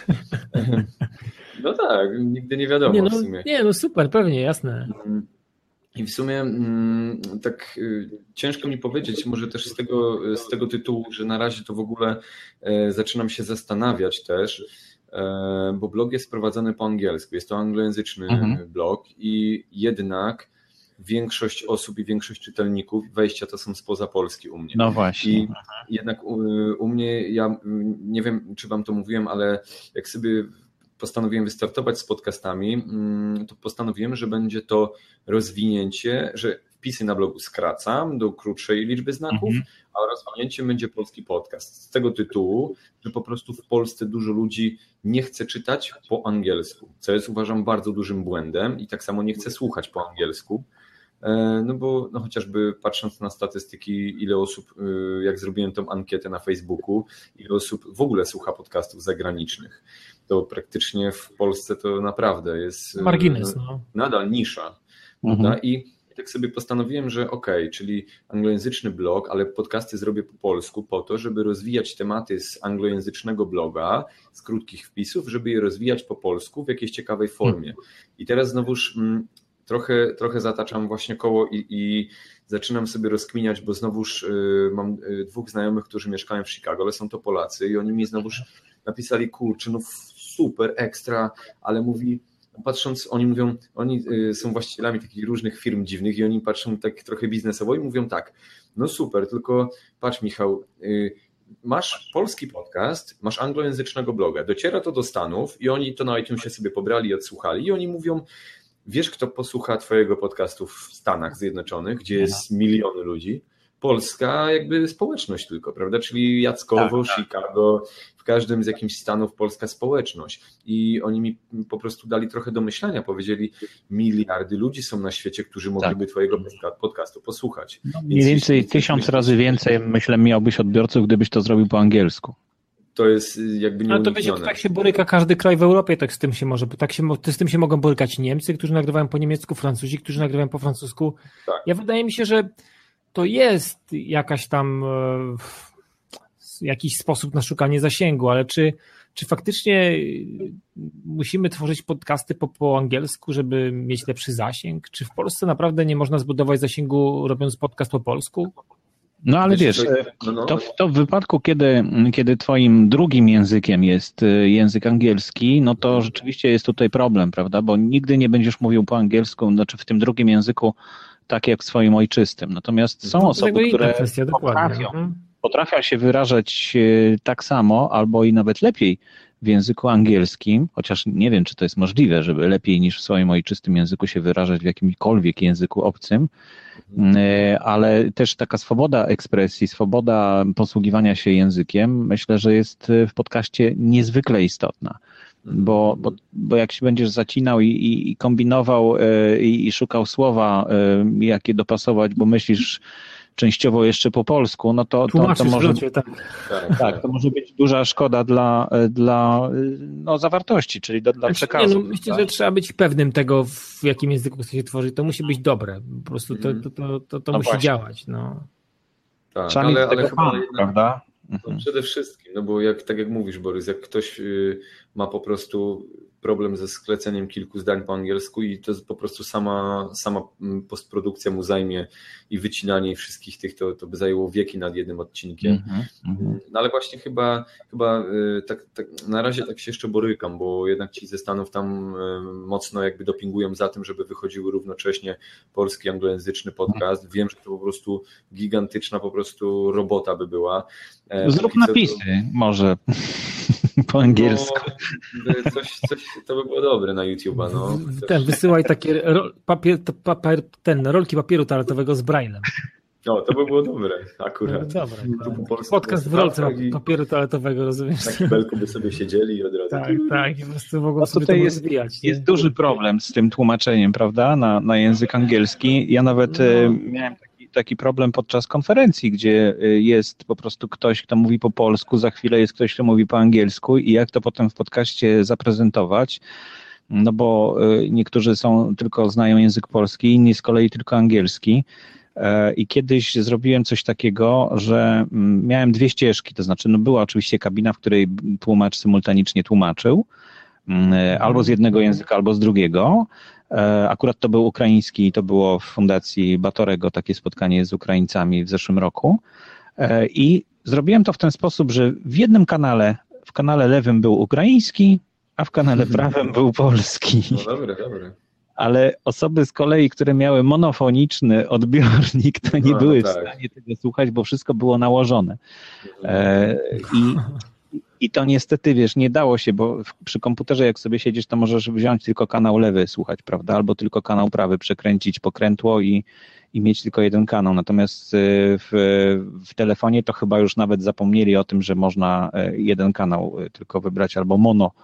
No tak, nigdy nie wiadomo nie, no, w sumie. Nie, no super, pewnie, jasne. I w sumie tak ciężko mi powiedzieć, może też z tego, z tego tytułu, że na razie to w ogóle zaczynam się zastanawiać też, bo blog jest prowadzony po angielsku, jest to anglojęzyczny mhm. blog i jednak większość osób i większość czytelników wejścia to są spoza Polski u mnie. No właśnie. I jednak u, u mnie, ja nie wiem, czy wam to mówiłem, ale jak sobie postanowiłem wystartować z podcastami, to postanowiłem, że będzie to rozwinięcie, że wpisy na blogu skracam do krótszej liczby znaków, mhm. a rozwinięciem będzie polski podcast. Z tego tytułu, że po prostu w Polsce dużo ludzi nie chce czytać po angielsku, co jest uważam bardzo dużym błędem i tak samo nie chce słuchać po angielsku, no bo no chociażby patrząc na statystyki, ile osób, jak zrobiłem tą ankietę na Facebooku, ile osób w ogóle słucha podcastów zagranicznych, to praktycznie w Polsce to naprawdę jest margines, no. Nadal nisza. Mhm. I tak sobie postanowiłem, że okej, okay, czyli anglojęzyczny blog, ale podcasty zrobię po polsku po to, żeby rozwijać tematy z anglojęzycznego bloga, z krótkich wpisów, żeby je rozwijać po polsku w jakiejś ciekawej formie. I teraz znowuż m, trochę, trochę zataczam właśnie koło i, i zaczynam sobie rozkminiać, bo znowuż y, mam y, dwóch znajomych, którzy mieszkają w Chicago, ale są to Polacy i oni mi znowuż napisali, kurczę, no super, ekstra, ale mówi... Patrząc, oni mówią, oni są właścicielami takich różnych firm dziwnych i oni patrzą tak trochę biznesowo i mówią tak, no super, tylko patrz Michał, masz polski podcast, masz anglojęzycznego bloga, dociera to do Stanów i oni to na iTunesie sobie pobrali i odsłuchali i oni mówią, wiesz kto posłucha twojego podcastu w Stanach Zjednoczonych, gdzie jest miliony ludzi? Polska jakby społeczność tylko, prawda? Czyli Jackowo, tak, Chicago, w każdym z jakichś stanów polska społeczność. I oni mi po prostu dali trochę do myślenia, powiedzieli, miliardy ludzi są na świecie, którzy mogliby tak. twojego podcastu posłuchać. No, mniej więcej tysiąc razy więcej, myślę, miałbyś odbiorców, gdybyś to zrobił po angielsku. To jest jakby nieuniknione. Ale to będzie, tak się boryka każdy kraj w Europie, tak z tym się może, bo tak się, z tym się mogą borykać Niemcy, którzy nagrywają po niemiecku, Francuzi, którzy nagrywają po francusku. Tak. Ja wydaje mi się, że to jest jakaś tam jakiś sposób na szukanie zasięgu, ale czy, czy faktycznie musimy tworzyć podcasty po, po angielsku, żeby mieć lepszy zasięg? Czy w Polsce naprawdę nie można zbudować zasięgu robiąc podcast po polsku? No ale wiesz, to, to w wypadku, kiedy, kiedy twoim drugim językiem jest język angielski, no to rzeczywiście jest tutaj problem, prawda? Bo nigdy nie będziesz mówił po angielsku, znaczy w tym drugim języku tak jak w swoim ojczystym. Natomiast są no, osoby, które kwestia, potrafią, potrafią się wyrażać tak samo albo i nawet lepiej w języku angielskim, chociaż nie wiem, czy to jest możliwe, żeby lepiej niż w swoim ojczystym języku się wyrażać w jakimkolwiek języku obcym, ale też taka swoboda ekspresji, swoboda posługiwania się językiem, myślę, że jest w podcaście niezwykle istotna. Bo, bo, bo jak się będziesz zacinał i, i, i kombinował i, i szukał słowa, jakie dopasować, bo myślisz częściowo jeszcze po polsku, no to, to, to, może, locie, tak. tak, to może być duża szkoda dla, dla no, zawartości, czyli do, dla przekazu. Nie, no, myślę, tak? że trzeba być pewnym tego, w jakim języku chce się tworzyć. To musi być dobre. Po prostu to, to, to, to, to no musi właśnie. działać. No. Tak, trzeba ale, ale chyba pan, prawda? No przede wszystkim, no bo jak, tak jak mówisz, Borys, jak ktoś ma po prostu problem ze skleceniem kilku zdań po angielsku i to jest po prostu sama, sama postprodukcja mu zajmie i wycinanie wszystkich tych, to, to by zajęło wieki nad jednym odcinkiem. Mm-hmm. No ale właśnie chyba, chyba tak, tak, na razie tak się jeszcze borykam, bo jednak ci ze Stanów tam mocno jakby dopingują za tym, żeby wychodziły równocześnie polski, anglojęzyczny podcast. Wiem, że to po prostu gigantyczna po prostu robota by była. Zrób napisy to... może po angielsku. No, coś, coś, to by było dobre na YouTube'a. No. Ten, wysyłaj takie ro, papier, papier, ten, rolki papieru toaletowego z braillem. No, to by było dobre, akurat. No, dobre, tak. Podcast w rolce papieru toaletowego, rozumiesz? Na kibelku by sobie siedzieli i od razu. Tak, tak, i po prostu mogą no sobie to jest, rozwijać. Jest duży problem z tym tłumaczeniem, prawda, na, na język angielski. Ja nawet no. miałem taki, taki problem podczas konferencji, gdzie jest po prostu ktoś, kto mówi po polsku, za chwilę jest ktoś, kto mówi po angielsku i jak to potem w podcaście zaprezentować. No bo niektórzy są tylko znają język polski, inni z kolei tylko angielski. I kiedyś zrobiłem coś takiego, że miałem dwie ścieżki, to znaczy no była oczywiście kabina, w której tłumacz symultanicznie tłumaczył, albo z jednego języka, albo z drugiego. Akurat to był ukraiński, to było w Fundacji Batorego takie spotkanie z Ukraińcami w zeszłym roku. I zrobiłem to w ten sposób, że w jednym kanale, w kanale lewym był ukraiński, a w kanale prawym był polski. No dobre, dobre. Ale osoby z kolei, które miały monofoniczny odbiornik, to nie no, były tak. w stanie tego słuchać, bo wszystko było nałożone. E, i, I to niestety, wiesz, nie dało się, bo przy komputerze jak sobie siedzisz, to możesz wziąć tylko kanał lewy słuchać, prawda, albo tylko kanał prawy, przekręcić pokrętło i, i mieć tylko jeden kanał. Natomiast w, w telefonie to chyba już nawet zapomnieli o tym, że można jeden kanał tylko wybrać albo mono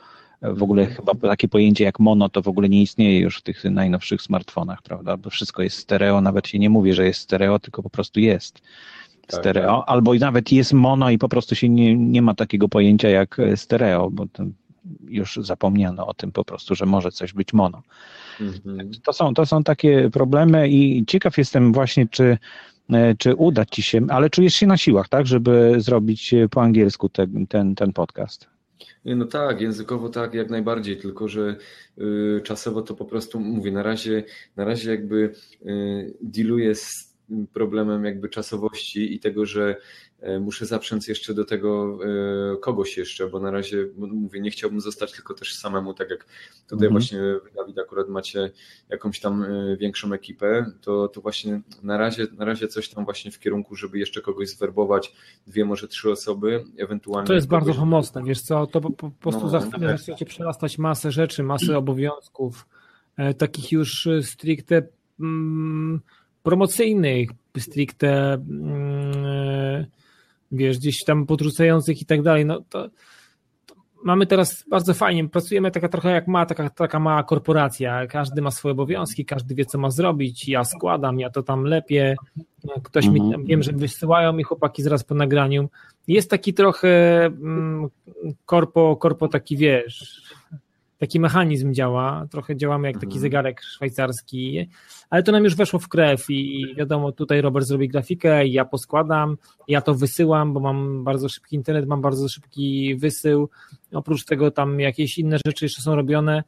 W ogóle chyba takie pojęcie jak mono to w ogóle nie istnieje już w tych najnowszych smartfonach, prawda? Bo wszystko jest stereo, nawet się nie mówi, że jest stereo, tylko po prostu jest stereo. Tak, tak. Albo nawet jest mono i po prostu się nie, nie ma takiego pojęcia jak stereo, bo to już zapomniano o tym po prostu, że może coś być mono. Mhm. To są, to są takie problemy i ciekaw jestem właśnie, czy czy uda ci się, ale czujesz się na siłach, tak, żeby zrobić po angielsku ten, ten, ten podcast? No tak, językowo tak, jak najbardziej, tylko że y, czasowo to po prostu mówię, na razie, na razie jakby y, dealuję z problemem jakby czasowości i tego, że muszę zaprzęc jeszcze do tego kogoś jeszcze, bo na razie mówię, nie chciałbym zostać tylko też samemu, tak jak tutaj mhm. właśnie Dawid akurat macie jakąś tam większą ekipę, to, to właśnie na razie, na razie coś tam właśnie w kierunku, żeby jeszcze kogoś zwerbować, dwie, może trzy osoby, ewentualnie. To jest kogoś... bardzo pomocne, wiesz co, to po, po prostu no, za chwilę tak. zaczniecie przerastać masę rzeczy, masę obowiązków, e, takich już stricte mm, promocyjnych, stricte mm, wiesz, gdzieś tam podrzucających i tak dalej, no to, to mamy teraz bardzo fajnie, pracujemy taka trochę jak ma, taka, taka mała korporacja, każdy ma swoje obowiązki, każdy wie co ma zrobić, ja składam, ja to tam lepię, ktoś mi, wiem, że wysyłają mi chłopaki zaraz po nagraniu, jest taki trochę mm, korpo, korpo taki wiesz, taki mechanizm działa, trochę działamy jak taki zegarek szwajcarski, ale to nam już weszło w krew i wiadomo, tutaj Robert zrobi grafikę, ja poskładam, ja to wysyłam, bo mam bardzo szybki internet, mam bardzo szybki wysył, oprócz tego tam jakieś inne rzeczy jeszcze są robione.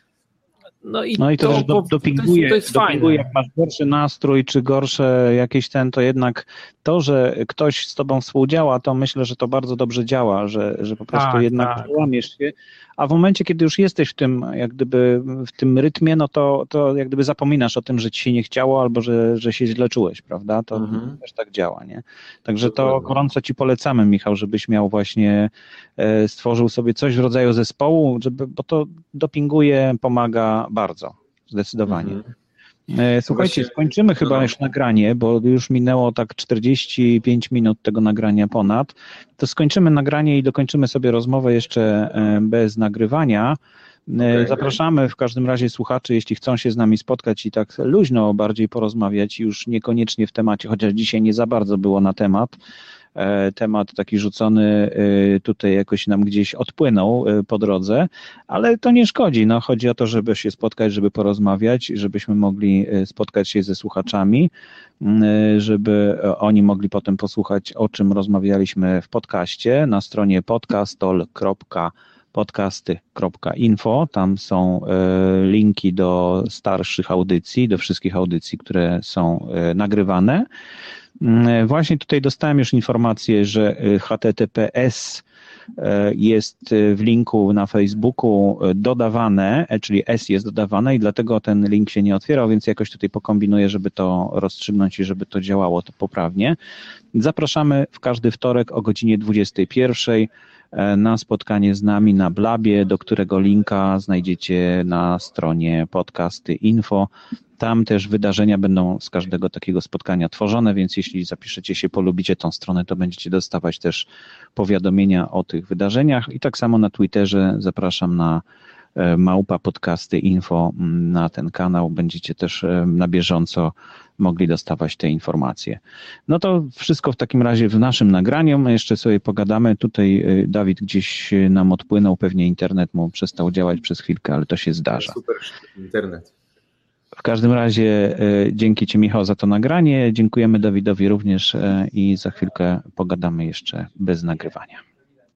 No i, no i to, to też do, dopinguje, to jest, to jest dopinguje jak masz gorszy nastrój, czy gorsze jakieś ten, to jednak to, że ktoś z tobą współdziała, to myślę, że to bardzo dobrze działa, że, że po prostu tak, jednak tak. łamiesz się, a w momencie, kiedy już jesteś w tym, jak gdyby w tym rytmie, no to, to jak gdyby zapominasz o tym, że ci się nie chciało, albo że, że się źle czułeś, prawda? To mhm. też tak działa, nie? Także to gorąco ci polecamy, Michał, żebyś miał właśnie, e, stworzył sobie coś w rodzaju zespołu, żeby, bo to dopinguje, pomaga bardzo, zdecydowanie. Mhm. Słuchajcie, Właśnie, skończymy no, chyba no. już nagranie, bo już minęło tak czterdzieści pięć minut tego nagrania ponad. To skończymy nagranie i dokończymy sobie rozmowę jeszcze bez nagrywania. Okay, Zapraszamy okay. w każdym razie słuchaczy, jeśli chcą się z nami spotkać i tak luźno bardziej porozmawiać, już niekoniecznie w temacie, chociaż dzisiaj nie za bardzo było na temat. Temat taki rzucony tutaj jakoś nam gdzieś odpłynął po drodze, ale to nie szkodzi. No, chodzi o to, żeby się spotkać, żeby porozmawiać, żebyśmy mogli spotkać się ze słuchaczami, żeby oni mogli potem posłuchać, o czym rozmawialiśmy w podcaście na stronie podcastol kropka podcasty kropka info. Tam są linki do starszych audycji, do wszystkich audycji, które są nagrywane. Właśnie tutaj dostałem już informację, że H T T P S jest w linku na Facebooku dodawane, czyli S jest dodawane i dlatego ten link się nie otwierał, więc jakoś tutaj pokombinuję, żeby to rozstrzygnąć i żeby to działało to poprawnie. Zapraszamy w każdy wtorek o godzinie dwudziestej pierwszej na spotkanie z nami na Blabie, do którego linka znajdziecie na stronie podcasty info. Tam też wydarzenia będą z każdego takiego spotkania tworzone, więc jeśli zapiszecie się, polubicie tą stronę, to będziecie dostawać też powiadomienia o tych wydarzeniach i tak samo na Twitterze zapraszam na małpa podcasty info na ten kanał, będziecie też na bieżąco mogli dostawać te informacje. No to wszystko w takim razie w naszym nagraniu, jeszcze sobie pogadamy, tutaj Dawid gdzieś nam odpłynął, pewnie internet mu przestał działać przez chwilkę, ale to się zdarza. Super internet. W każdym razie dzięki Ci, Michał, za to nagranie, dziękujemy Dawidowi również i za chwilkę pogadamy jeszcze bez nagrywania.